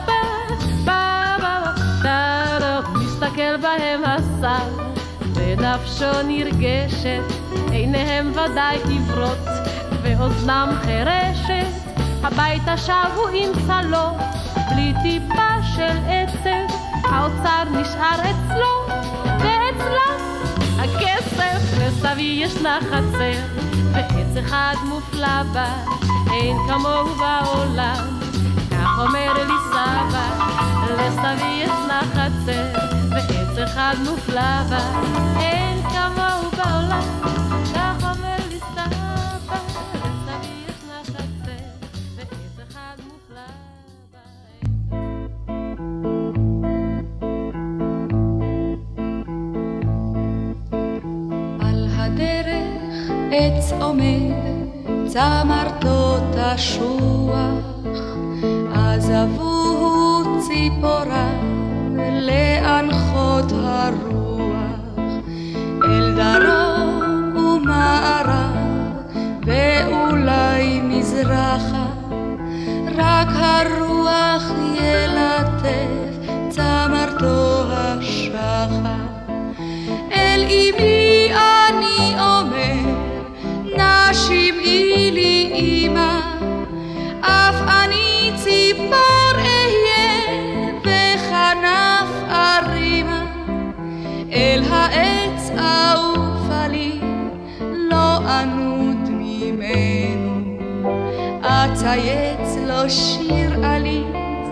פדה פדה. מסתכל בהם השר ונפשו נרגשת, עיניהם ודאי עברות ואוזנם חרשת. הביתה שבו עם צלו בלי טיפה של עצב, האוצר נשאר אצלו ואצלם הכסף. לסבי ישנה חצר ועץ אחד מופלא בה, אין כמוהו בעולם, כך אומר לי סבא. לסבי ישנה חצר ועץ אחד מופלא בה, אין כמוהו בעולם, כך אומר לי סבא. לסבי ישנה חצר ועץ אחד מופלא בה. על הדרך עץ עומד, צמרתו תשוח, עזבוהו ציפוריו להנחות הרוח, אל דרום ומערב ואולי מזרחה, רק הרוח ילטף צמרתו השחר. אל אמי אני אומר, נשמעי לי אמא, אף אני ציפור אהיה וכנף ארימה. אל העץ אעופה לי, לא אנוד אצייץ לו שיר עליז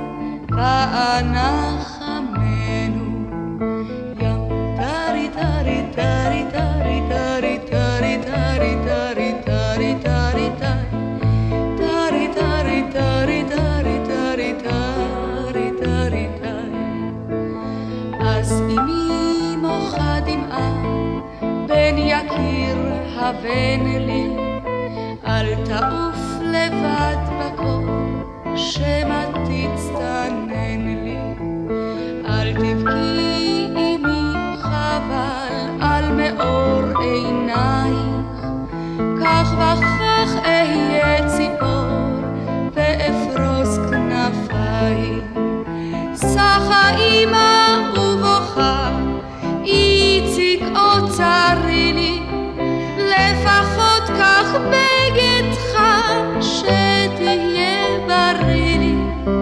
ואנחמנו ים טרי טרי טרי טרי טרי טרי טרי טרי טרי טרי טרי טרי טרי טרי טרי טרי טרי טרי אז אמי מוחה דמעה בן יקיר הבן לי אל תעוף לבד בקור שמא תצטנן לי אל תבכי אמי חבל על מאור עינייך כך וכך אהיה ציפור ואפרוס כנפיים סחה אמא ובוכה איציק אוצרי לי לפחות כך בגדך שתהיה בריא לי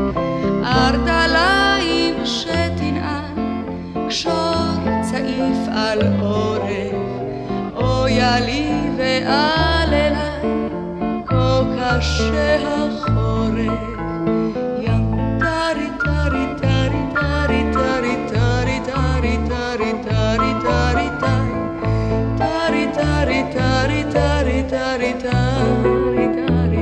ארדליים שתנען קשור צעיף על עורף אויה לי ועל אליי כה קשה החורף ים טרי טרי טרי טרי טרי טרי טרי טרי טרי טרי טרי טרי טרי טרי טרי טרי טרי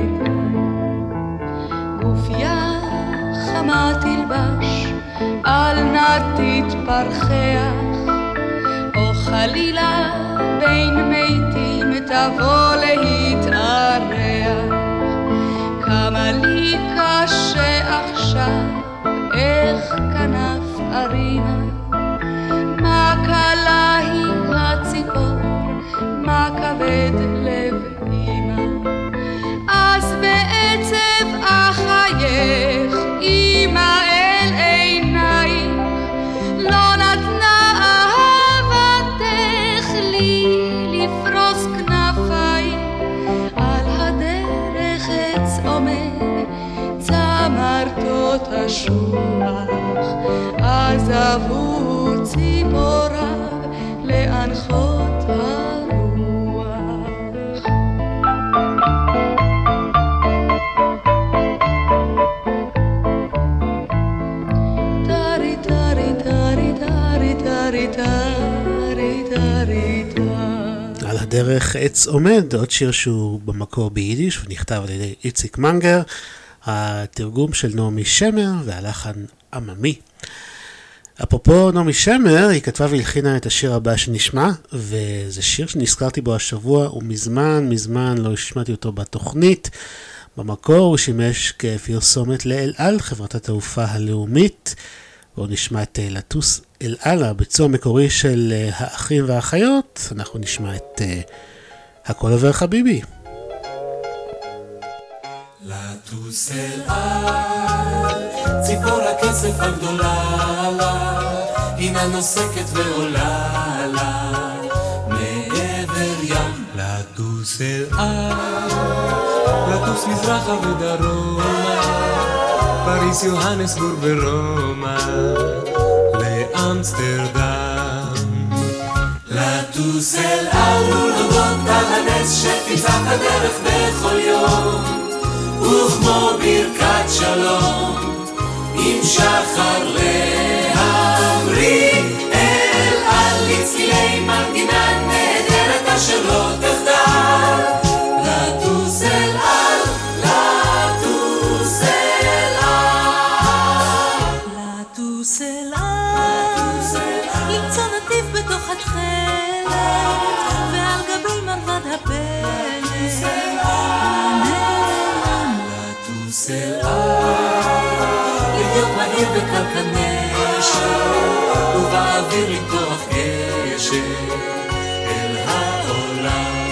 גופיה חמה תלבש על נא תתפרחח או חלילה בין מתים תבוא להתארח כמה לי קשה עכשיו איך כנף ארימה מה קלה היא הציפור מה כבד לב אמא אז בעצב אחייך אמא אל עינייך לא נתנה אהבתך לי לפרוס כנפיים על הדרך עץ עומד צמרתות השוח עזבו ציפוריו להנחות על הדרך עץ עומד, עוד שיר שהוא במקור ביידיש ונכתב על ידי איציק מנגר, התרגום של נעמי שמר והלחן עממי. אפרופו נעמי שמר, היא כתבה והלחינה את השיר הבא שנשמע, וזה שיר שנזכרתי בו השבוע ומזמן מזמן לא השמעתי אותו בתוכנית. במקור הוא שימש כפרסומת לאל על, חברת התעופה הלאומית. בואו נשמע את לטוס אל על, הביצוע המקורי של האחים והאחיות. אנחנו נשמע את uh, הכל עובר חביבי. לטוס אל על, ציפור הכסף הגדולה לה, הנה נוסקת ועולה לה, מעבר ים. לטוס אל על, לטוס מזרחה ודרומה, פריס יוהנסבורג ורומא, לאמסטרדם. לטוס אל על ולהודות על הנס שתמצא הדרך בכל יום, וכמו ברכת שלום עם שחר להמריא אל על לצלילי מנגינה נהדרת אשר לא תחדל. לטוס אל על, לטוס אל על, לטוס אל על, למצוא נתיב בתוך התכלת ועל גבי מרבד הפלט לטוס אל על, להיות מהיר בקרקנשר ובאוויר למתוח גשר אל העולם.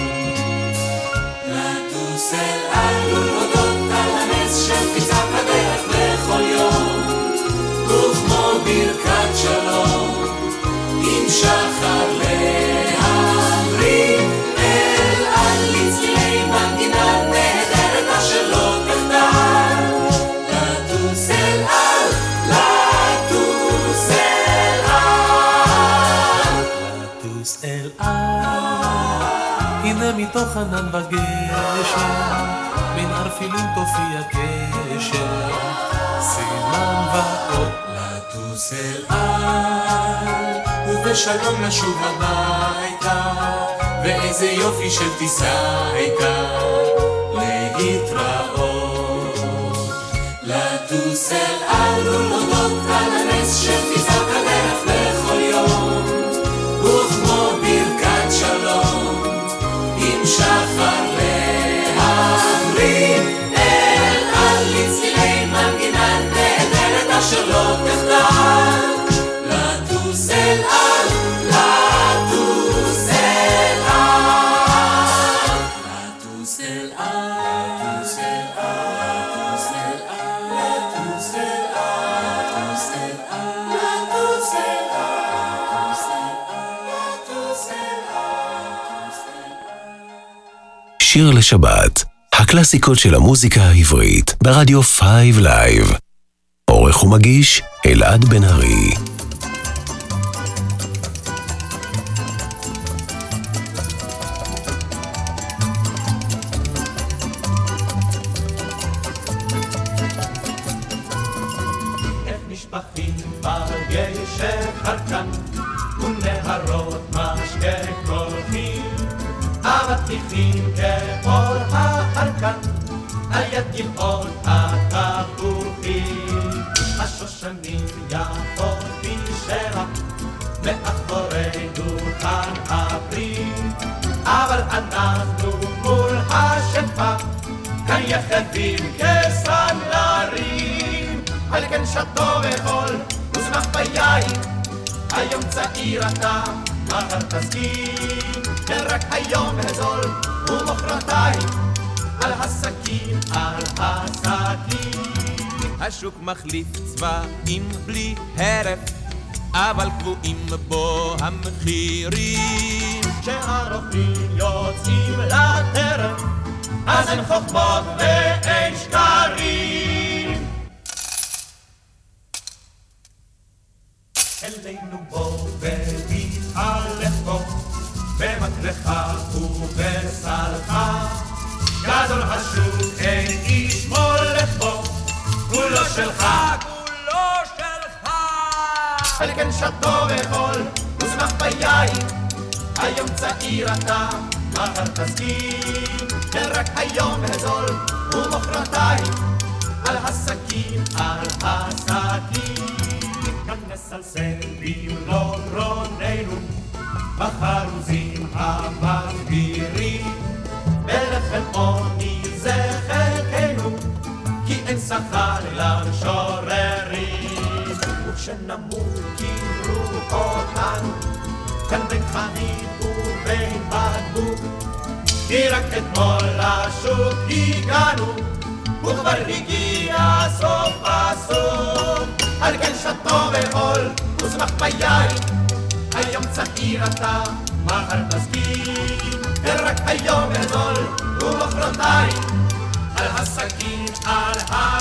לטוס אל על ולהודות על הנס של פיצת הדרך בכל יום, וכמו ברכת שלום עם שחר להמריא אל על לצלילי מנגינה נהדרת אשר לא תחדל. לטוס אל על, לטוס אל על, לטוס אל על, הנה מתוך ענן וגשם מן ערפילים תופיע קשר, סימן ואות לטוס אל על, ובשלום נשוב הביתה, ואיזה יופי של טיסה הייתה להתראות. לטוס אל על ולהודות על הנס של טיסת הדרך בכל יום, וכמו ברכת שלום עם שחר להמריא אל על לצלילי מנגינה נהדרת אשר לא תחדל. לטוס אל על, לטוס אל על, לטוס אל על, לטוס אל על, לטוס אל על, לטוס אל על, לטוס אל על. שיר לשבת, הקלאסיקות של המוזיקה העברית, ברדיו פייב לייב. עורך ומגיש, אלעד בן ארי. איך נשפכים בגשם חרקן, ונהרות משקה קולחים, אבטיחים כאור החרקן, על יד גבעות התפוחים. השושנים יפות בשרח, מאחורי דוכן הפרי, אבל אנחנו מול השפע, כאן יחדים כסנדלרים. על כן שתו וחול וזמח ביין, היום צעיר אתה, מחר תסכים, כן רק היום הזול ומחרתיים, על הסכין, על הסכין. השוק מחליף צבעים בלי הרף, אבל קבועים בו המחירים. כשהרופאים יוצאים לטרף, אז אין חוכמות ואין שקרים. אלינו בוא ותתהלך בו, במקלך ובסלך, גדול השוק אין איש מולך בו, כולו שלך, כולו שלך. על כן שתו וחול וזמח ביין, היום צעיר אתה, מחר תסכים, כן רק היום הזול ומחרתיים, על הסכין, על הסכין. כאן נסלסל במלוא גרוננו, בחרוזים המסבירים, בלחם עוני זה חלקנו, כי אין שכר למשוררים. וכשנמות קברו אותנו, כאן בין חנית ובין בקבוק, כי רק אתמול לשוק הגענו, וכבר הגיע סוף הסוף. על כן שתו וחול וזמח ביין, היום צעיר אתה, מחר תסכים, כן רק היום הזול ומחרתיים, על הסכין, על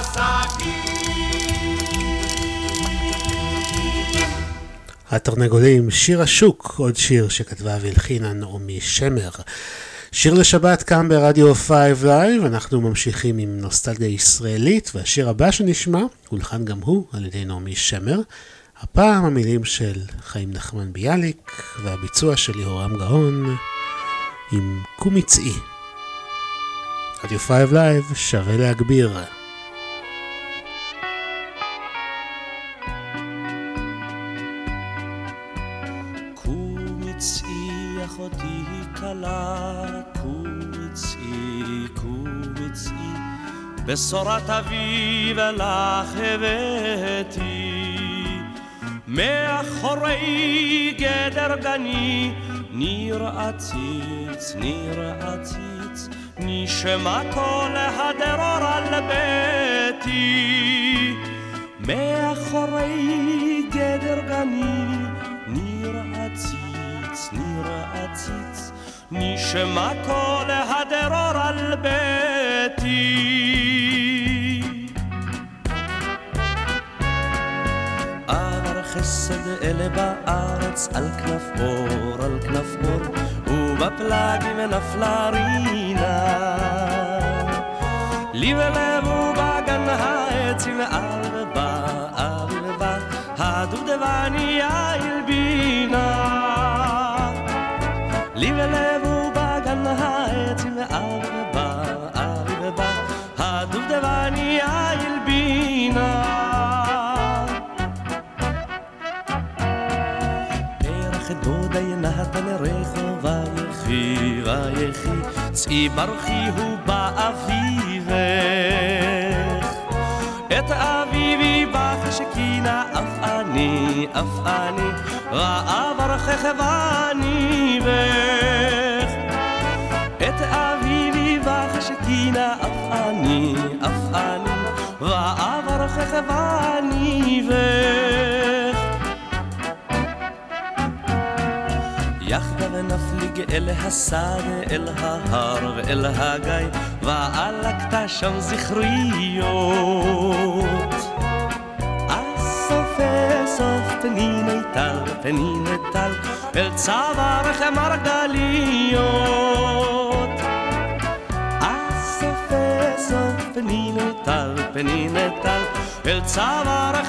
הסכין. התרנגולים, שיר השוק, עוד שיר שכתבה והלחינה נעמי שמר. שיר לשבת כאן ברדיו פייב לייב, אנחנו ממשיכים עם נוסטלגיה ישראלית, והשיר הבא שנשמע הולחן גם הוא על ידי נעמי שמר, הפעם המילים של חיים נחמן ביאליק, והביצוע של יהורם גאון עם קומצאי. רדיו פייב לייב, שווה להגביר. קומצאי אחותי קלה, קומצאי, קומצאי, בשורת אביב לך הבאתי, מאחורי גדר גני, ניר עציץ, ניר עציץ, נשמתו להדרור על ביתי. מאחורי גדר גני, ניר עציץ, ניר עציץ, נשמתו להדרור על ביתי. חסד אלה בארץ על כנף אור, על כנף אור, ובפלגים נפלה רינה. לי ולבו בגן העצים ערבה, ערבה, הדובדבניה הלבינה. לי ולבו בגן העצים ערבה, ערבה, הדובדבניה הלבינה. פרח את דודה ינתן רחובה יחי ויחי, צאי ברחי הוא באביבך. את אביבי בחשקינה אף אני, אף אני, ראה ברכך ואני בך. את אביבי בחשקינה אף אני, אף אני, ראה ברכך ואני בך. יחדה ונפליג אל השדה, אל ההר ואל הגיא, ועלקת שם זכריות. אסוף אסוף פניני טל, פניני טל, אל צווארך מרגליות. אסוף אסוף פניני טל, פניני טל, אל צווארך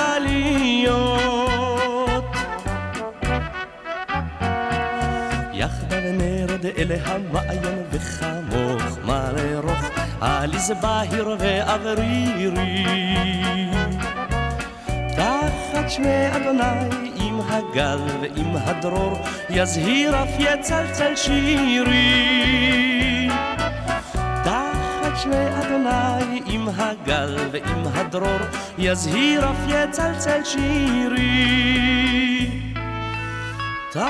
מרגליות. יחדה ונרד אל המעיין וחמוך מלרוך, עליז בהיר ואוורירי. תחת שמי אדוני עם הגל ועם הדרור, יזהיר אף יצלצל שירי. תחת שמי אדוני עם הגל ועם הדרור, יזהיר אף יצלצל שירי. תחת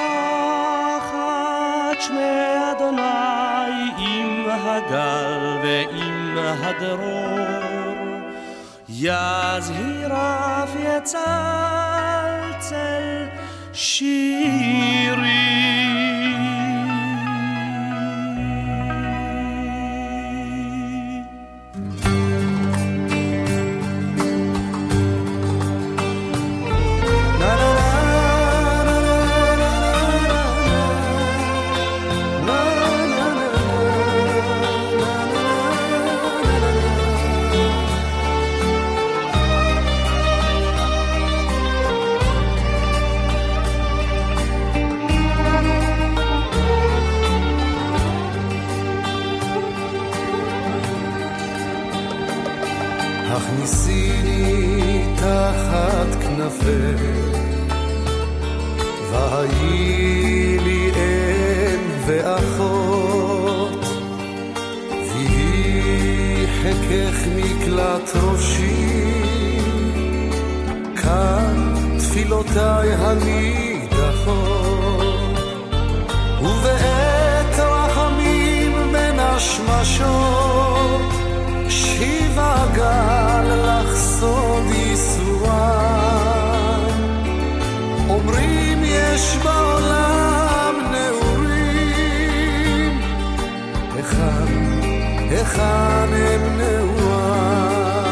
שמי אדוני עם הגל ועם הדרור, יזהיר אף יצלצל שירי. הכניסיני תחת כנפך, והיי לי אם ואחות, ויהי חכך מקלט ראשי, כאן תפילותיי הנידחות, ובעת רחמים בין השמשות, שיבה גל לך סוד ייסורם. אומרים יש בעולם נעורים, היכן, היכן הם נעורם.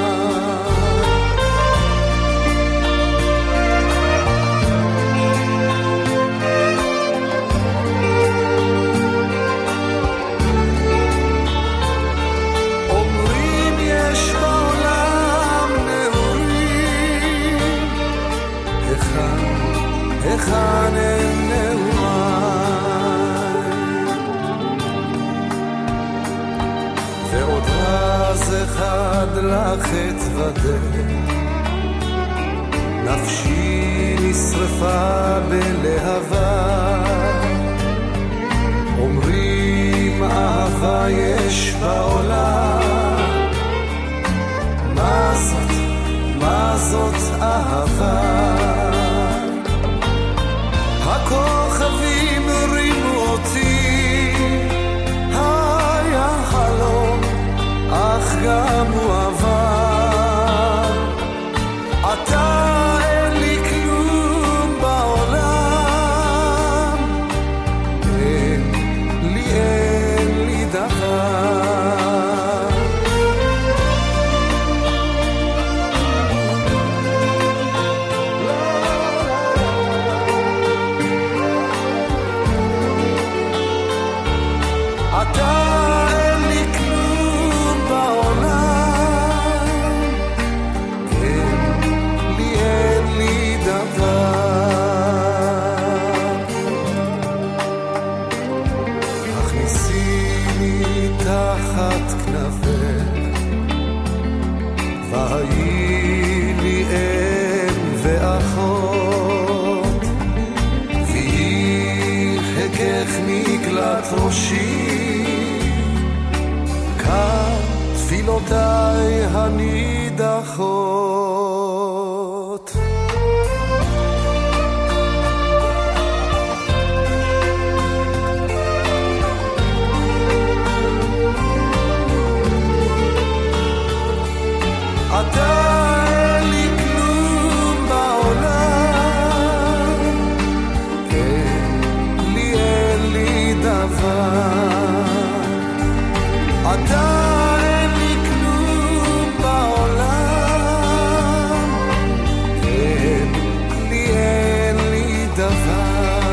היכן הם נעוריי, ועוד רז אחד לך אתוודה, נפשי נשרפה בלהבה. אומרים אהבה יש בעולם, מה זאת, מה זאת אהבה? הכוכבים הרימו אותי, היה חלום, אך גם הוא עבר. אתה אין לי כלום בעולם, אין לי, אין לי דבר. לא תחת כנפך, והיא לי אם ואחות, והיא חכך מגלת ראשי, כאן תפילותיי הנידחות. אתה אין לי כלום בעולם, אין לי אין לי דבר, אתה אין לי כלום בעולם, אין לי אין לי דבר.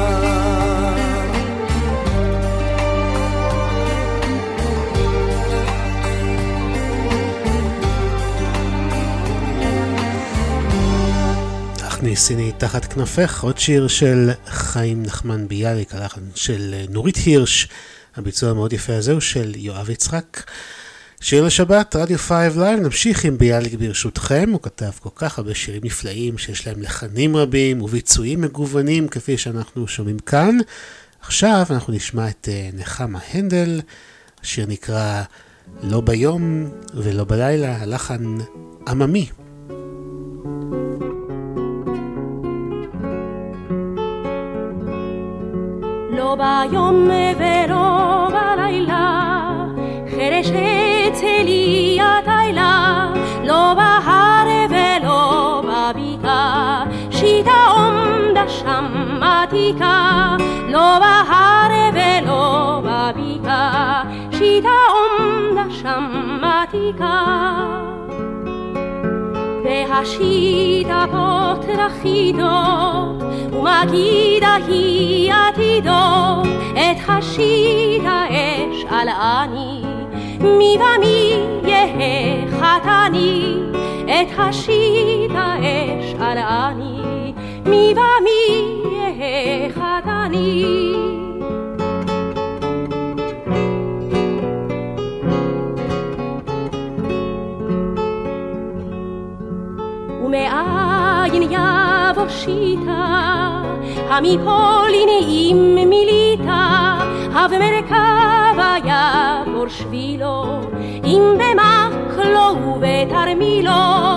ניסיני תחת כנפך, עוד שיר של חיים נחמן ביאליק, הלחן של נורית הירש, הביצוע המאוד יפה הזה הוא של יואב יצחק. שיר לשבת, רדיו פייב לייב, נמשיך עם ביאליק ברשותכם, הוא כתב כל כך הרבה שירים נפלאים שיש להם לחנים רבים וביצועים מגוונים כפי שאנחנו שומעים כאן. עכשיו אנחנו נשמע את נחמה הנדל, השיר נקרא לא ביום ולא בלילה, הלחן עממי. לא ביום ולא בלילה, חרש אצלי התילה, לא בהר ולא בבקעה, שיטה עומדה שם עתיקה, לא בהר ולא בבקעה, שיטה עומדה שם עתיקה. והשיטה פותח חידות, ומגידה היא עתידות, את השיטה אש על אני, מי ומי יהיה חתני, את השיטה אש על אני, מי ומי יהיה חתני. ומאין יבוא שיטה, המפולין עם מיליטה, המרכבה יבור שבילו, אם במקלו ובתרמילו,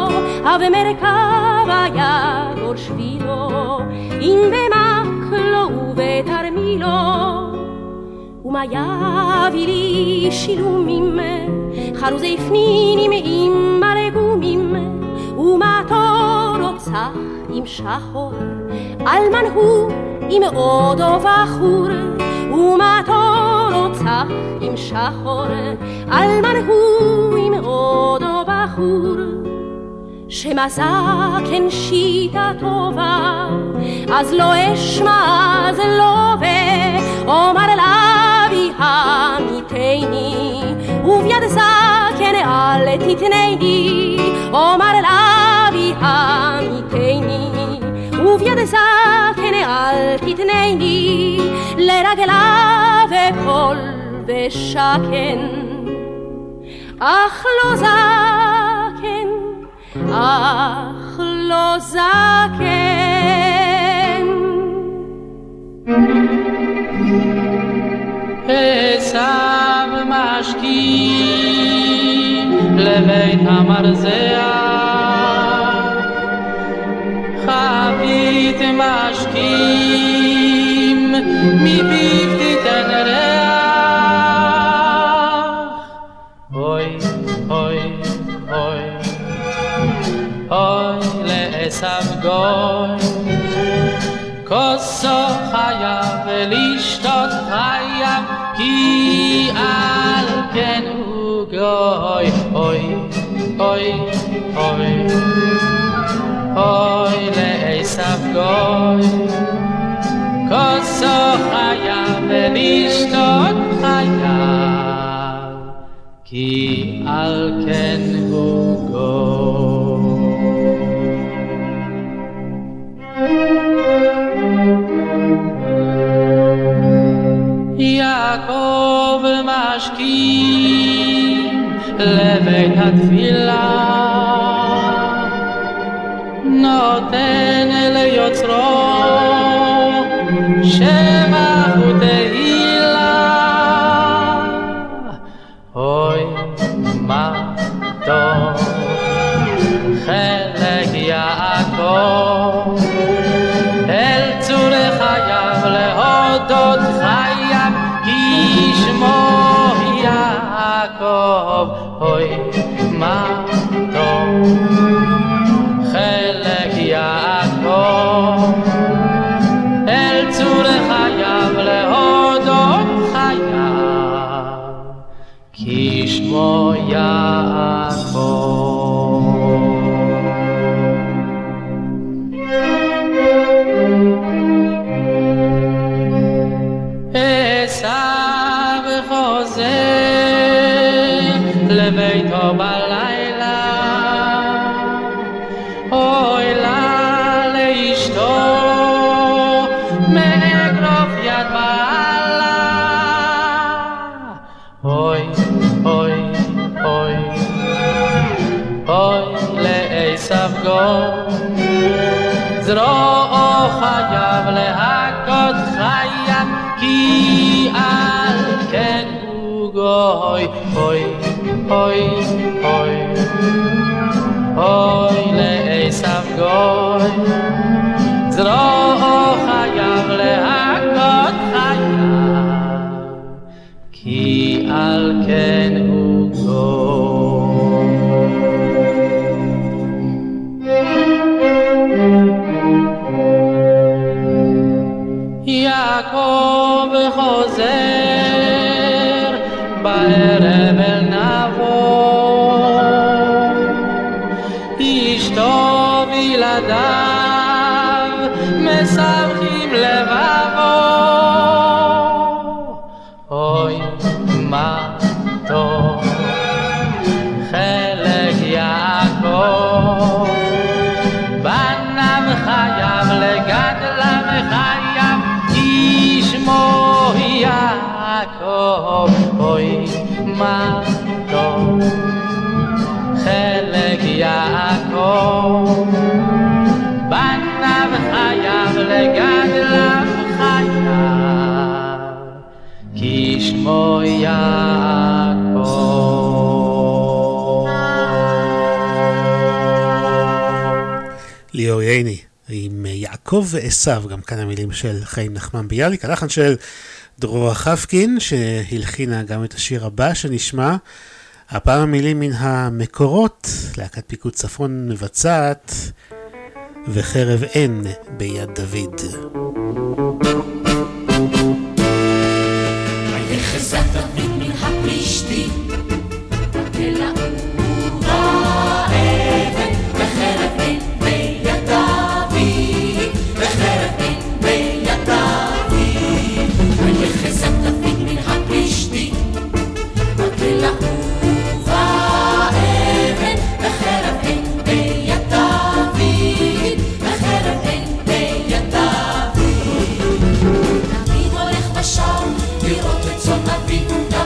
המרכבה יבור שבילו, אם במקלו ובתרמילו. ומה יביא לי שילומים, חרוזי פנינים עם מרגומים, ומה תור רוצה עם שחור, אלמן הוא עם עודו בחור, ומה תור רוצה עם שחור, אלמן הוא עם עודו בחור. שמזע כן שיטה טובה, אז לא אשמע אז לא ואומר לאבי המיתני, וביד זקן אל תתנני, אומר לאבי המיתני, וביד זקן אל תתנני, לרגליו וקול ושקן, אך לא זקן, אך לא זקן. עשיו משכים לבית המרזח, חבית משכים מפיו תיתן ריח. אוי אוי אוי אוי לעשיו גוי, כוסו חייב ולשתות חייב, כי על כן הוא גוי. אוי אוי אוי אוי לעשיו גוי, כוסו חייב ולשתות חייב, כי על כן הוא גוי. יעקב משכים לבית התפילה נותן ליוצרו שבח ותהילה אוי מה טוב חלק יעקב אל צור חייו להודות חייו כי שמו יעקב אוי מה טוב חלק יעקב אל צור חייו להודות חייו כי שמו יעקב עשיו חוזר לביתו בלילה אוי לה לאשתו מאגרוף יד בעלה אוי אוי אוי אוי לעשיו גוי זרועו חייב להכות חייו כי על כן הוא גוי אוי אוי אוי אוי לעשיו גוי זרועו חייב להכות חייו כי על כן הוא גוי יעקב חוזר בערב אל נבו אשתו וילדיו משמחים לבבו אוי מה טוב חלק יעקב בניו חייב לגדלם חייב כי שמו יעקב אוי מה טוב חלק יעקב בניו חייב לגדלם חייב כי שמו יעקב ליאור ייני עם יעקב ועשיו, גם כאן המילים של חיים נחמן ביאליק, הלחן של דרורה חפקין שהלחינה גם את השיר הבא שנשמע, הפעם המילים מן המקורות, להקת פיקוד צפון מבצעת וחרב אין ביד דוד. ויחזק דוד מן הפלישתים ולאור האבן וחרב אין ביד דוד וחרב אין ביד דוד ויחזק דוד מן הפלישתים ולאור האבן וחרב אין ביד דוד וחרב אין ביד דוד דוד הולך בשער לראות את צאן אביו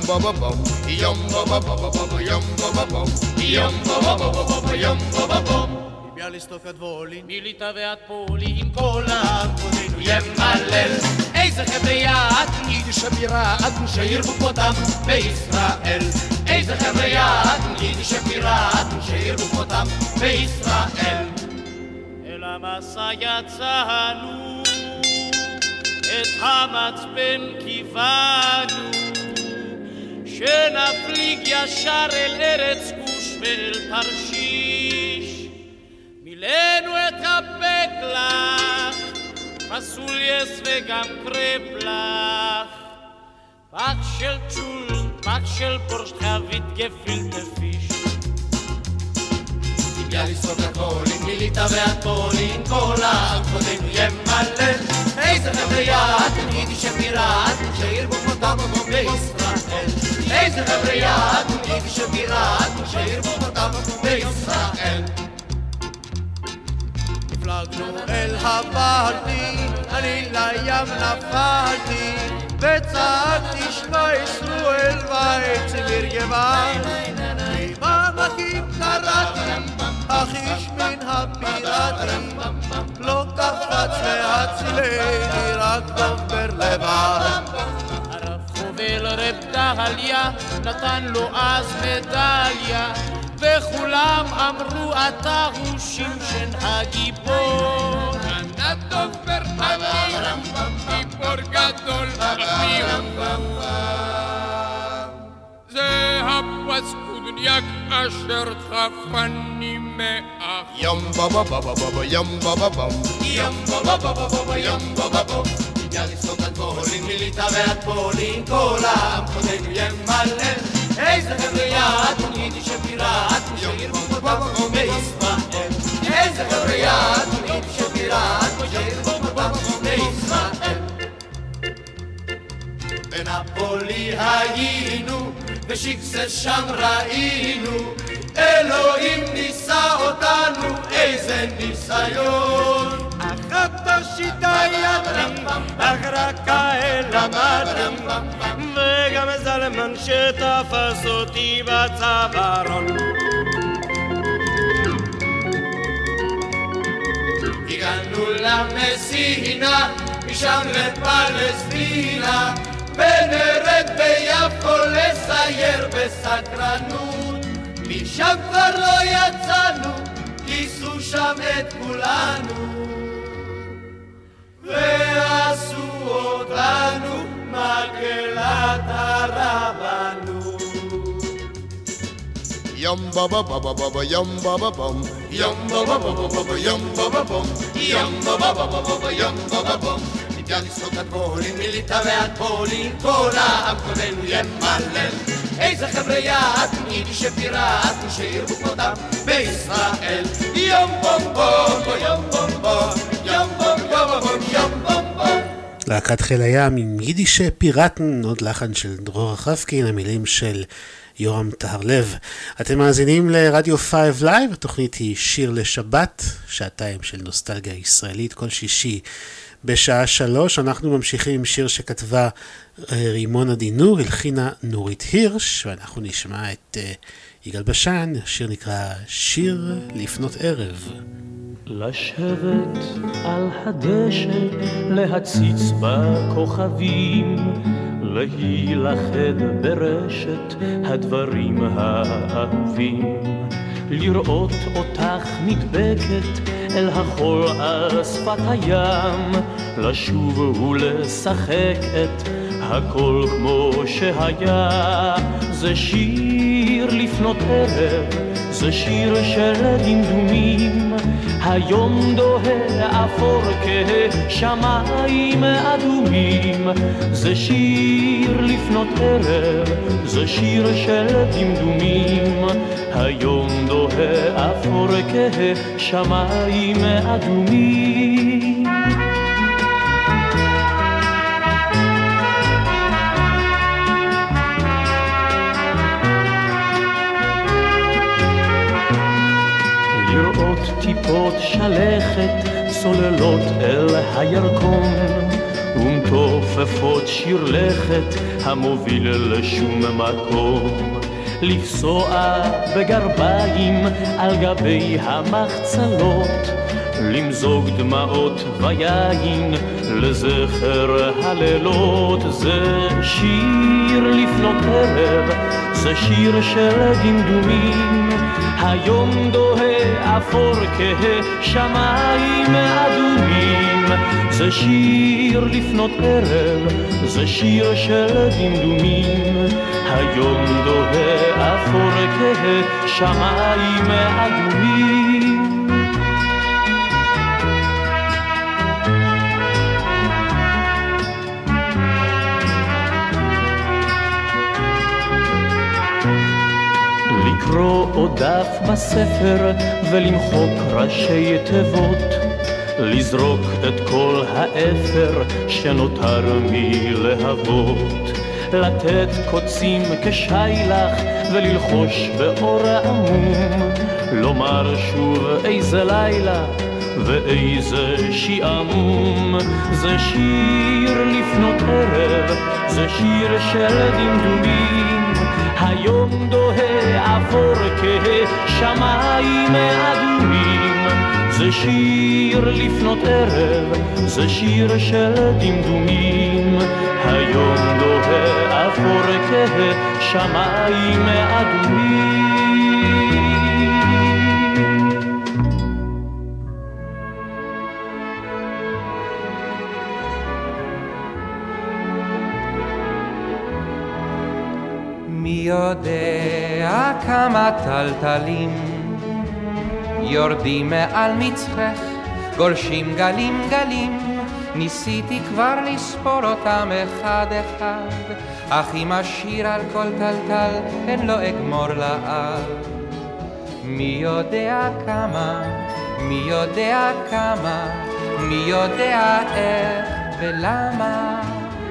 ba ba bum, yum ba ba ba ba ba, yum ba ba bum, yum ba ba ba ba ba, yum ba ba bum. ביאליסטוק עד וולין, מליטא ועד פולין, כל העם כבודנו ימלל. איזה חבר'ה יעד, יידיש הבירת, שירבו כבודם בישראל. איזה חבר'ה יעד, יידיש הבירת, שירבו כבודם בישראל. אל המסע יצאנו, את המצפן כיוונו, שנפליג ישר אל ארץ כוש ואל תרשיש. מילאנו את הבקלח, פסולייס וגם קרפלח, פח של צ'ול, פח של פורשט חבית גפילטה פיש. ביאליסטוק עד וולין, מליטא ועד פולין, כל העם כבודנו ימלל. איזה חבר'ה יעד, יידיש הבירת, שירבו כבודם בישראל. איזה חבר'ה יעד, יידיש הבירת, שירבו כבודם בישראל. נפלגנו אל הפרטי, אני לים נפלתי, וצעקתי שמע ישראל ויצמיר גבעם. ממעמקים קראתי, אך איש מן הפיראטים לא קפץ להצילני, רק דובר לבד. הרב חובל רב דהליה נתן לו אז מדליה, וכולם אמרו אתה הוא שמשון הגיבור. ענת דובר חבר, גיבור גדול וחיבור. זה הפסקודניק אשר חפני מאח. יום בבא בבא בבא יום בבא בם, יום בבא בבא בבא יום בבא בם. ביאליסטוק עד וולין, מליטא ועד פולין, כל העם כבודנו ימלל. איזה חבר'ה יעד, יידיש הבירת, שירבו כבודם בישראל. איזה חבר'ה יעד, יידיש הבירת, שירבו כבודם בישראל. בנפולי היינו, ושיקסס שם ראינו, אלוהים ניסה אותנו, איזה ניסיון. אחת השיטה ידעים, אך רק האל למדעים, וגם זלמן שתפס אותי בצווארון. הגענו למסינה, משם לפלסטינה, ונרד ביפו לסייר בסקרנות. משם כבר לא יצאנו, כיסו שם את כולנו, ועשו אותנו מקהלת הרבנות. יום בבא בבא בבא יום בבא בם, יום בבא בבא בבא יום בבא בם, יום בבא בבא בבא יום בבא בם. ביאליסטוק עד וולין, מליטא ועד פולין, כל העם כבודנו ימלל. איזה חבר'ה יעד, יידיש הבירת, שירבו כבודם בישראל. יום בום בום, יום בום בום, יום בום בום, יום בום בום. להקת חיל הים עם יידיש פיראטן, עוד לחן של דרור חבקין, המילים של יורם טהרלב. אתם מאזינים לרדיו פייב לייב, התוכנית היא שיר לשבת, שעתיים של נוסטלגיה ישראלית, כל שישי בשעה שלוש. אנחנו ממשיכים עם שיר שכתבה רימונה דינור, הלחינה נורית הירש, ואנחנו נשמע את uh, יגאל בשן. השיר נקרא שיר לפנות ערב. לשבת על הדשא, להציץ בכוכבים, להילחד ברשת הדברים האהובים, לראות אותך נדבקת אל החול על שפת הים, לשוב ולשחק את הכל כמו שהיה. זה שיר לפנות ערב, זה שיר של דמדומים, היום דוהה אפור כשמיים אדומים. זה שיר לפנות ערב, זה שיר של דמדומים, היום דוהה אפור כשמיים אדומים. לראות טיפות שלכת צוללות אל הירקון, ומתופפות שיר לכת המוביל לשום מקום. לפסוע בגרביים על גבי המחצלות, למזוג דמעות ויין לזכר הלילות. זה שיר לפנות ערב, זה שיר של דמדומים, היום דוהה אפור כשמיים אדומים. זה שיר לפנות ערב, זה שיר של דמדומים, היום דוהה אפור כשמיים אדומים. לקרוא עוד דף בספר ולמחוק ראשי תיבות, לזרוק את כל האפר שנותר מלהבות, לתת קוצים כשיילך וללחוש באור עמום, לומר שוב איזה לילה ואיזה שעמום. זה שיר לפנות ערב, זה שיר של דמדומים, היום דוהה אפור כשמיים אדומים. זה שיר לפנות ערב, זה שיר של דמדומים, היום דוהה אפור כשמיים אדומים. מי יודע כמה טלטלים יורדים מעל מצחך, גולשים גלים גלים, ניסיתי כבר לספור אותם אחד אחד, אך אם אשיר על כל טלטל אין לא אגמור לעד. מי יודע כמה, מי יודע כמה, מי יודע איך ולמה.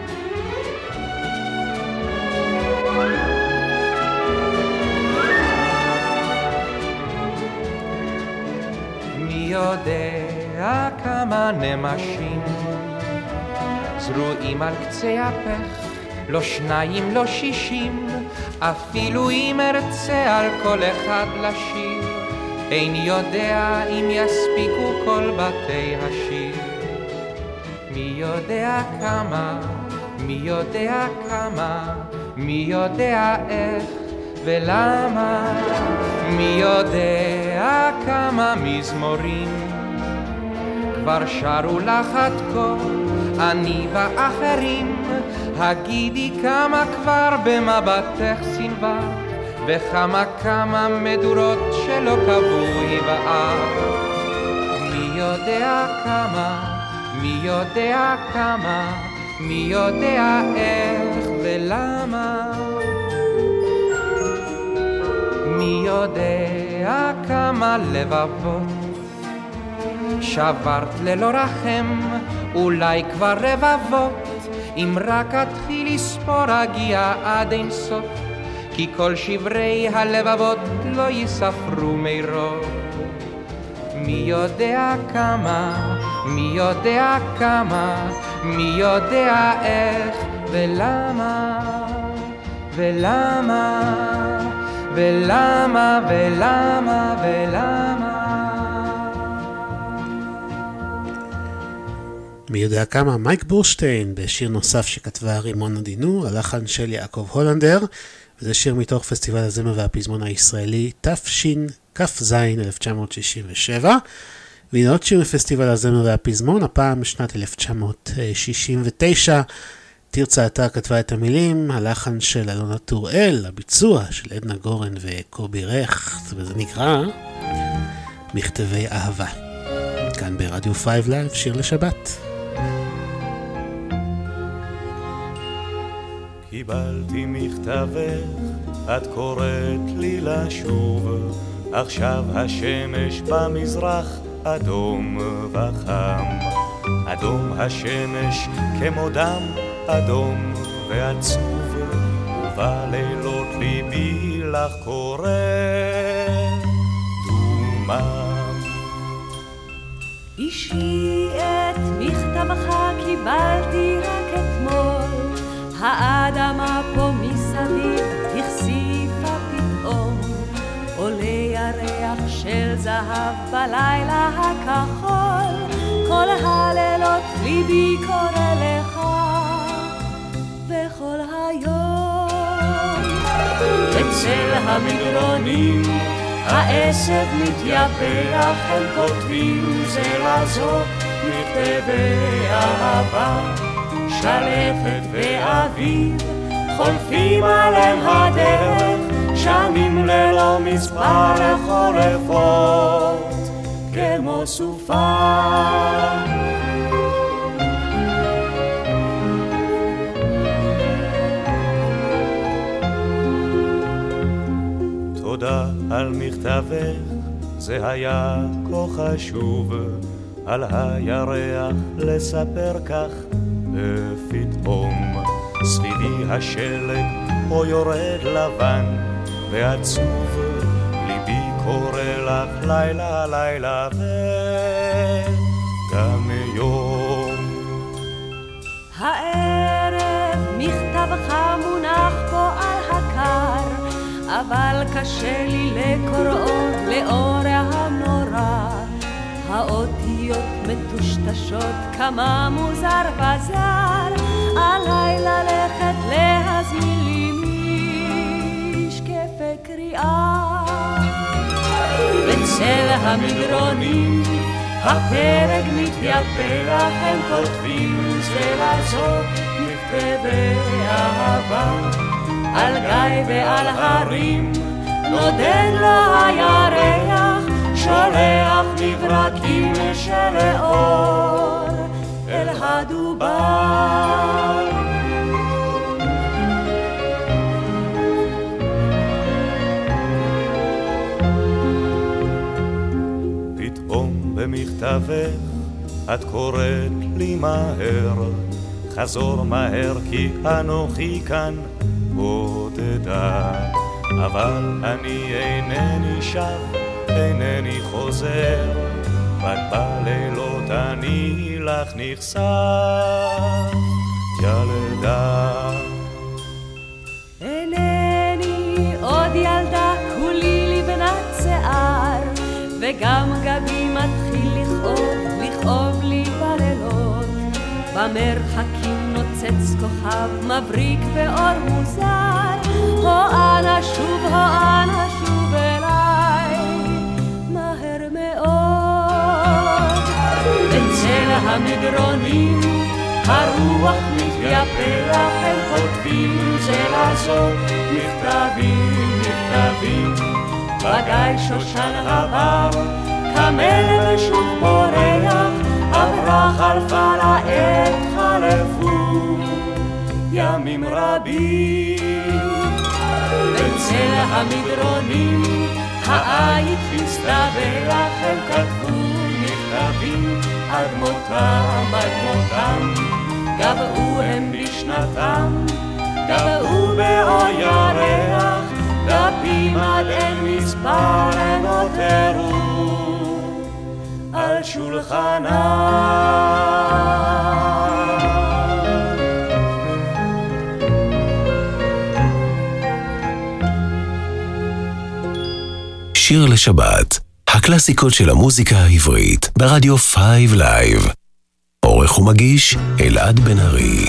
מי יודע כמה נמשים זרועים על קצה הפך, לא שניים לא שישים, אפילו אם ארצה על כל אחד לשיר, אין יודע אם יספיקו כל בתי השיר. מי יודע כמה, מי יודע כמה, מי יודע איך ולמה. מי יודע כמה מזמורים כבר שרו לך עד כה, אני ואחרים, הגידי כמה כבר במבטך סנווה, וכמה כמה מדורות שלא קבעו הבאה. מי יודע כמה, מי יודע כמה, מי יודע איך ולמה. מי יודע כמה לבבות שברת ללא רחם, אולי כבר רבבות, אם רק אתחיל לספור אגיע עד אין סוף, כי כל שברי הלבבות לא יספרו מרוב. מי יודע כמה, מי יודע כמה, מי יודע איך ולמה ולמה ולמה ולמה ולמה. מי יודע כמה, מייק בורשטיין בשיר נוסף שכתבה רימון דינור, הלחן של יעקב הולנדר, וזה שיר מתוך פסטיבל הזמר והפזמון הישראלי תשכ"ז אלף תשע מאות שישים ושבע. והנה עוד שיר מפסטיבל הזמר והפזמון, הפעם בשנת אלף תשע מאות שישים ותשע. תרצה אתר כתבה את המילים, הלחן של אלונה טוראל, הביצוע של עדנה גורן וקובי רכט, וזה נקרא מכתבי אהבה. כאן ברדיו פייב לייב, שיר לשבת. קיבלתי מכתבך, את קוראת לי לשוב, עכשיו השמש במזרח אדום וחם, אדום השמש כמו דם אדום ועצוב, ובלילות ליבי לך קורא דומם. אישי את מכתבך קיבלתי ריח של זהב בלילה הכחול, כל הלילות ליבי קורא לך, וכל היום אצל המדרונים העשב מתייפח, הם כותבים זה לזו מכתבי אהבה, שלפת ואביב חולפים עליהם הדרך, שנים ללא מספר חולפות כמו סופה. תודה על מכתבך, זה היה כה חשוב, על הירח לספר כך, ופתאום סביבי השלג או יורד לבן ועצוב, ליבי קורא לך לילה לילה וגם יום. הערב מכתבך מונח פה על הקר, אבל קשה לי לקוראו לאור הנורא, האותיות מטושטשות כמה מוזר וזר, עליי ללכת להזמין לי משקפי קריאה. בצל המדרונים הפרק מתייפח, הם כותבים זה לזו מכתבי אהבה, על גיא ועל הרים נודד לו הירח, שולח מברקים של אור אל הדובר. פתאום במכתבך את קוראת לי מהר, חזור מהר כי אנוכי כאן בודדה, אבל אני אינני שב, אינני חוזר, רק בלילות אני לך נחשף, ילדה. אינני עוד ילדה, כולי לבנת שיער, וגם גבי מתחיל לכאוב, לכאוב לי בלילות, במרחקים נוצץ כוכב מבריק באור מוזר, הו אנא שוב, הו אנא שוב אליי מהר מאוד. בצל המדרונים הרוח מתייפח, הם כותבים זה לזו מכתבים, מכתבים, בגיא שושן עבר, קמל ושוב פורח, עברה חלפה לעת חלפו ימים רבים. בצל המדרונים העית מסתבך, הם כתבו מכתבים עד מותם, עד מותם, גבעו הם בשנתם, גבעו באור ירח, דפים עד אין מספר הם נותרו על שולחנה. שיר לשבת, הקלאסיקות של המוזיקה העברית ברדיו פייב לייב. עורך ומגיש אלעד בן ארי.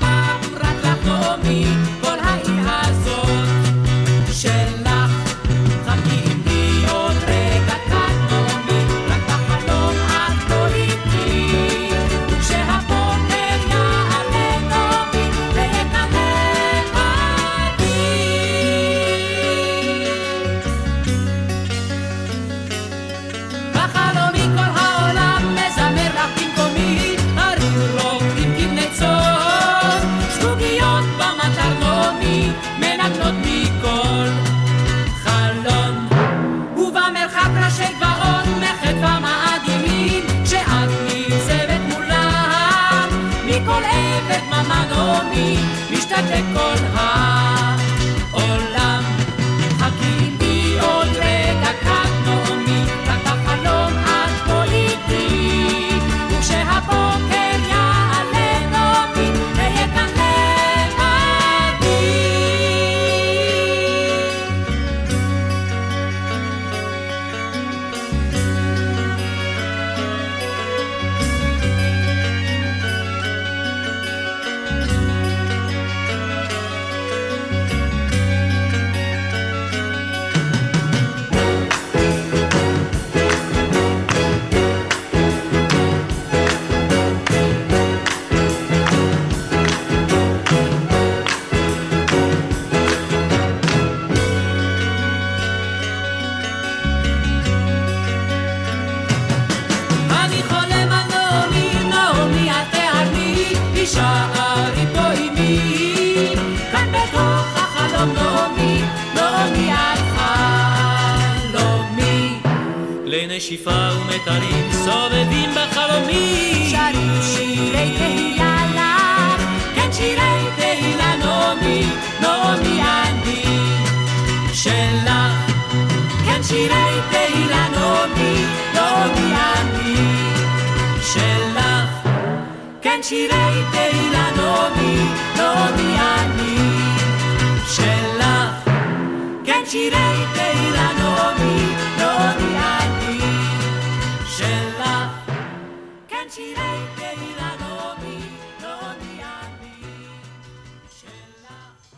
שלך למה נעמי משתתק כל העולם. חכים בי עוד רגע קט נעמי, רק בחלום את פה איתי, וכשהבוקר יעלה נעמי אהיה כאן לבדי. אני חולם על נעמי, נעמי אל תיעלמי, הישארי פה עימי, כאן בתוך החלום נעמי, נעמי על חלומי. לנשיפה ומטרים סובבים בחלומי, שרים שירי תהילה לך, כן שירי תהילה נעמי, נעמי אני שלך, כן שירי תהילה נעמי, נעמי אני שלך, כן שירי תהילה נעמי, נעמי אני שלך, כן שירי תהילה נעמי, נעמי אני שלך, כן שירי תהילה נעמי, נעמי אני שלך.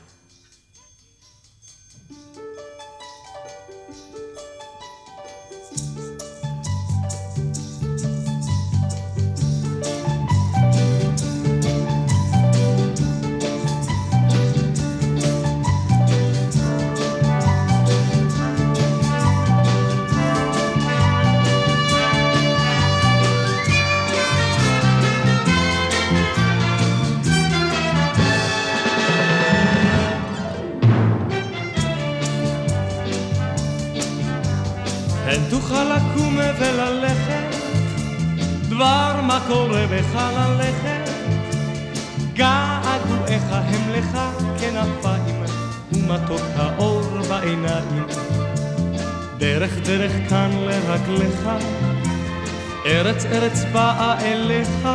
הן תוכל לקום וללכת, דבר מה קורה בחלליך, געגועיך הם לך כנפיים, ומתוק האור בעיניים, דרך דרך כאן לרגליך, ארץ ארץ באה אליך,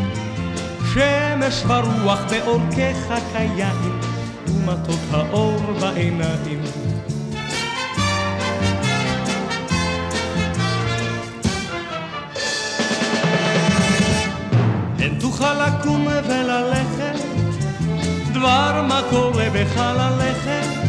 שמש ורוח באורכך כיין, ומתוק האור בעיניים. הן תוכל לקום וללכת, דבר מה קורה בחלליך,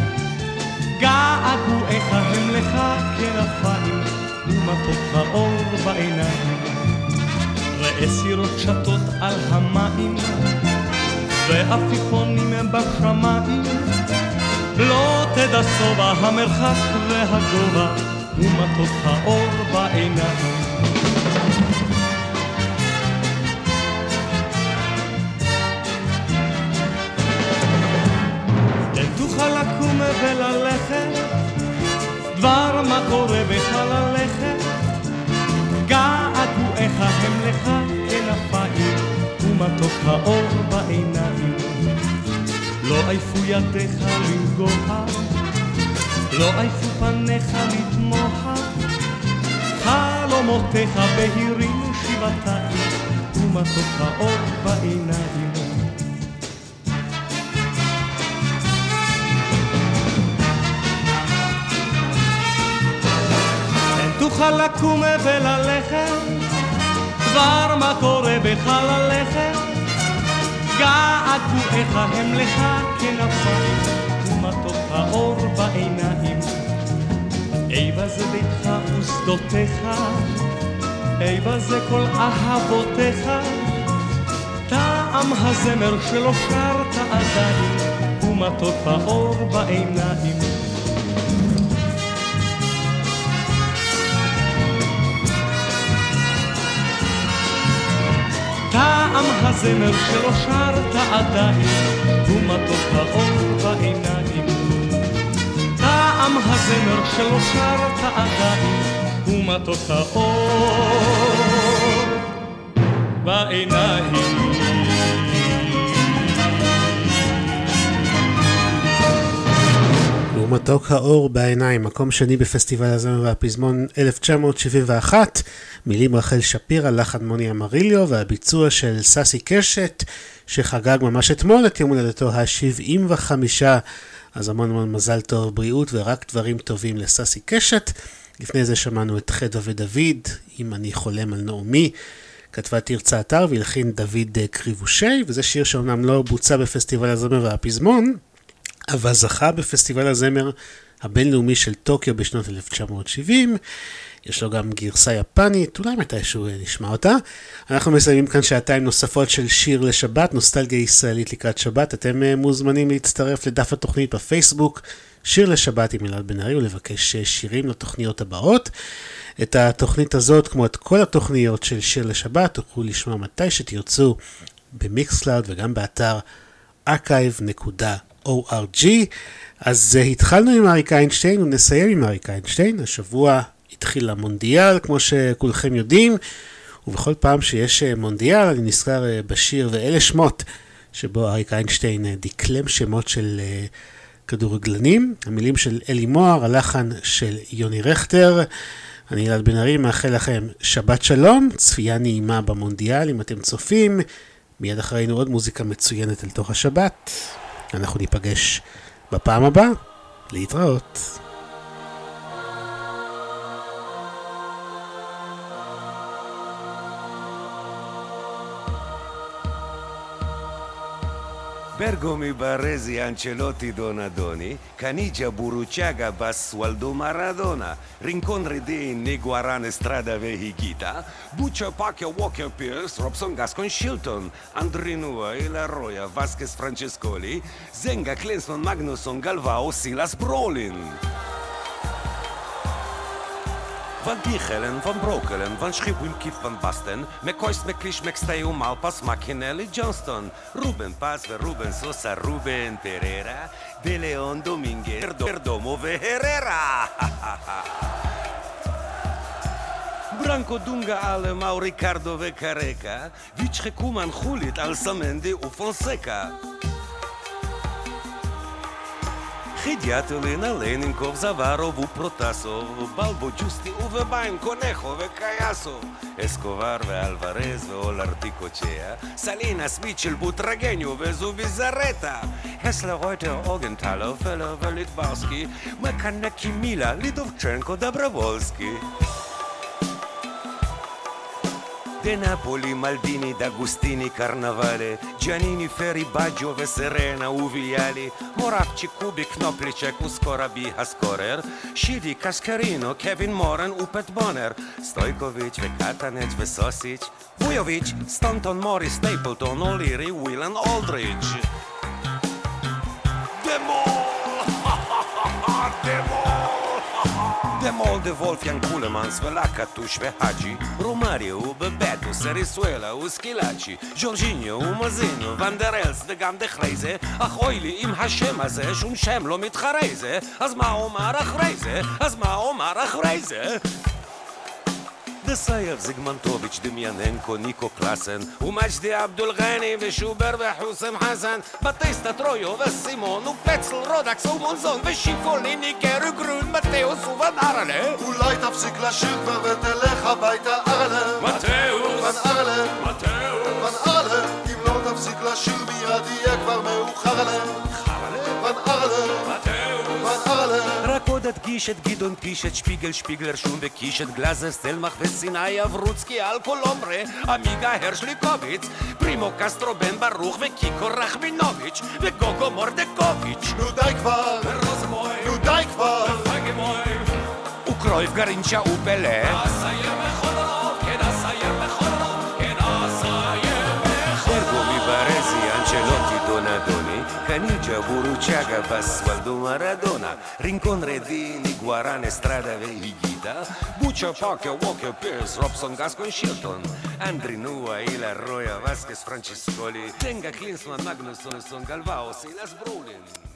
געגועיך הם לך כנפיים, ומתוק האור בעיניים. ראה סירות שטות על המים, ועפיפונים בשמיים, לא תדע סובה המרחק והגובה, ומתוק האור בעיניים. תוכל לקום וללכת, דבר מה קורה בחלליך, געגועיך הם לך כנפיים, ומתוק האור בעיניים. לא עייפו ידיך לנגוע, לא עייפו פניך לתמוה, חלומותיך בהירים שבעתיים, ומתוק האור בעיניים. תוכל לקום וללכת, דבר מה קורה בחלליך, געגועיך הם לך כנפיים, ומתוק האור בעיניים. איבה זה ביתך ושדותיך, איבה זה כל אהבותיך, טעם הזמר שלא שרת עדיין, ומתוק האור בעיניים. טעם הזמר שלא שרת עדיין, ומתוק האור בעיניים. טעם הזמר שלא שרת עדיין, ומתוק האור בעיניים. מתוק האור בעיניים, מקום שני בפסטיבל הזמר והפזמון אלף תשע מאות שבעים ואחת, מילים רחל שפירא, לחן מוני אמריליו, והביצוע של ססי קשת, שחגג ממש אתמול את יום הולדתו ה-שבעים וחמישה, אז המון המון מזל טוב, בריאות ורק דברים טובים לססי קשת. לפני זה שמענו את חדווה ודוד, אם אני חולם על נעמי, כתבה תרצה אתר והלחין דוד קריבושי, וזה שיר שאומנם לא בוצע בפסטיבל הזמר והפזמון, אבל זכה בפסטיבל הזמר הבינלאומי של טוקיו בשנות אלף תשע מאות שבעים, יש לו גם גרסה יפנית, אולי מתישהו נשמע אותה. אנחנו מסיימים כאן שעתיים נוספות של שיר לשבת, נוסטלגיה ישראלית לקראת שבת. אתם מוזמנים להצטרף לדף התוכנית בפייסבוק, שיר לשבת עם אלעד בן ארי, ולבקש שירים לתוכניות הבאות. את התוכנית הזאת, כמו את כל התוכניות של שיר לשבת, תוכלו לשמוע מתי שתרצו במיקסקלאוד וגם באתר ארכייב נקודה או אר ג'י. אז התחלנו עם אריק איינשטיין ונסיים עם אריק איינשטיין. השבוע התחיל המונדיאל, כמו שכולכם יודעים, ובכל פעם שיש מונדיאל אני נזכר בשיר ואלה שמות, שבו אריק איינשטיין דקלם שמות של כדורגלנים, המילים של אלי מוהר, הלחן של יוני רכטר. אני אלעד בן ארי, מאחל לכם שבת שלום, צפייה נעימה במונדיאל אם אתם צופים. מיד אחרינו עוד מוזיקה מצוינת אל תוך השבת. אנחנו ניפגש בפעם הבאה. להתראות. Bergo mi Baresi, Ancelotti, Donadoni, Canigia, Buruciaga, Basualdo, Maradona, Rincon, Redin, Niguaran, Estrada, Vehigita, Buccia, Pacchia, Walker, Pierce, Robson, Gascon, Shilton, Andrinua, Ilaroya, Vasquez, Francescoli, Zenga, Clinson, Magnusson, Galvao, Silas, Brolin. Van Dichelen, Van Brokelen, Van Schipwim, Kief, Van Basten, McCoyst, McLeish, McStay, Malpas, McKinley, Johnston, Ruben Paz, Ruben Sosa, Ruben Pereira, De Leon, Dominguez, Perdomo, Herrera. Branco, Dunga, Alemão, Ricardo, Careca, Vichre, Kuman, Julit, Alsamendi, Fonseca. Khidyatulina, Leninkov, Zavarov, Protasov, Balbo, Giusti, Uvebain, Conejo, Vecaiaso, Escobar, Alvarez, Olarticochea, Salinas, Mitchell, Butragueño, Vezubizarreta, Hessler, Reuter, Augenthaler, Feller, Velitbarski, Makanaki, Mila, Lidovchenko, Dabravolski. De Napoli, Maldini, D'Agostini, Carnavale, Giannini, Ferri, Baggio, Serena, Uviali, Moravci, Kubik, Knoplicek, Uskorabi, Haskorer, Shidi, Kaskarino, Kevin Moran, Upet Bonner, Stojkovic, Vekatanec, Vesosic, Vujovic, Stanton, Morris, Stapleton, O'Leary, Whelan, Aldridge. Demol! Demol! Demol de Wolfgang Kulemans, Velakatush, Vehaji, Romario, Bebeto, Serisuela, Uskilaci, Jorginho, Umazino, Van der Els, וגם דחרי זה, אך אוי לי עם השם הזה, שום שם לא מתחרי זה, אז מה אומר אחרי זה? אז מה אומר אחרי זה? דסייב, זיגמנטוביץ', דמיאננקו, ניקו קלאסן, ומג'די עבדול גני, ושובר וחוסם חסן, בטיסטה טרויו וסימון, ופצל, רודקס ומונזון, ושיפולי, ניקר וגרון, מתאוס ובן ארלה. אולי תפסיק לשיר כבר ותלך הביתה ארלה. מתאוס, בן ארלה, מתאוס, בן ארלה, אם לא תפסיק לשיר מיד יהיה כבר מאוחר עלה. בן ארלה, בן ארלה. רק עוד אדגיש את גדעון פיש, את שפיגל, שפיגלר, שום וקיש, את גלזר, סטלמך וסיני, אברוצקי, אלקולומbre, עמיגה הרשליקוביץ, פרימו קסטרו, בן ברוך וקיקו רחמינוביץ' וגוגו מורדקוביץ'. נו די כבר, ורוזמוי, נו די כבר, ופגמוי, וקרויף, גרינצ'ה ופלה. אסייר בכל רוב, כן אסייר בכל רוב, כן אסייר בכל רוב. ברגו מברזי, אנצ'לוטי, דונדוני, Canigia, Buruciaga, Basualdo, Maradona, Rincon, Redini, Guaran, Estrada, Vehigita, Buccia, Pacchia, Walker, Pierce, Robson, Gascon, Shilton, Andrinua, Ilaroya, Vasquez, Francescoli, Tenga, Klinsmann, Magnusson, Galvao, Silas, Brolin.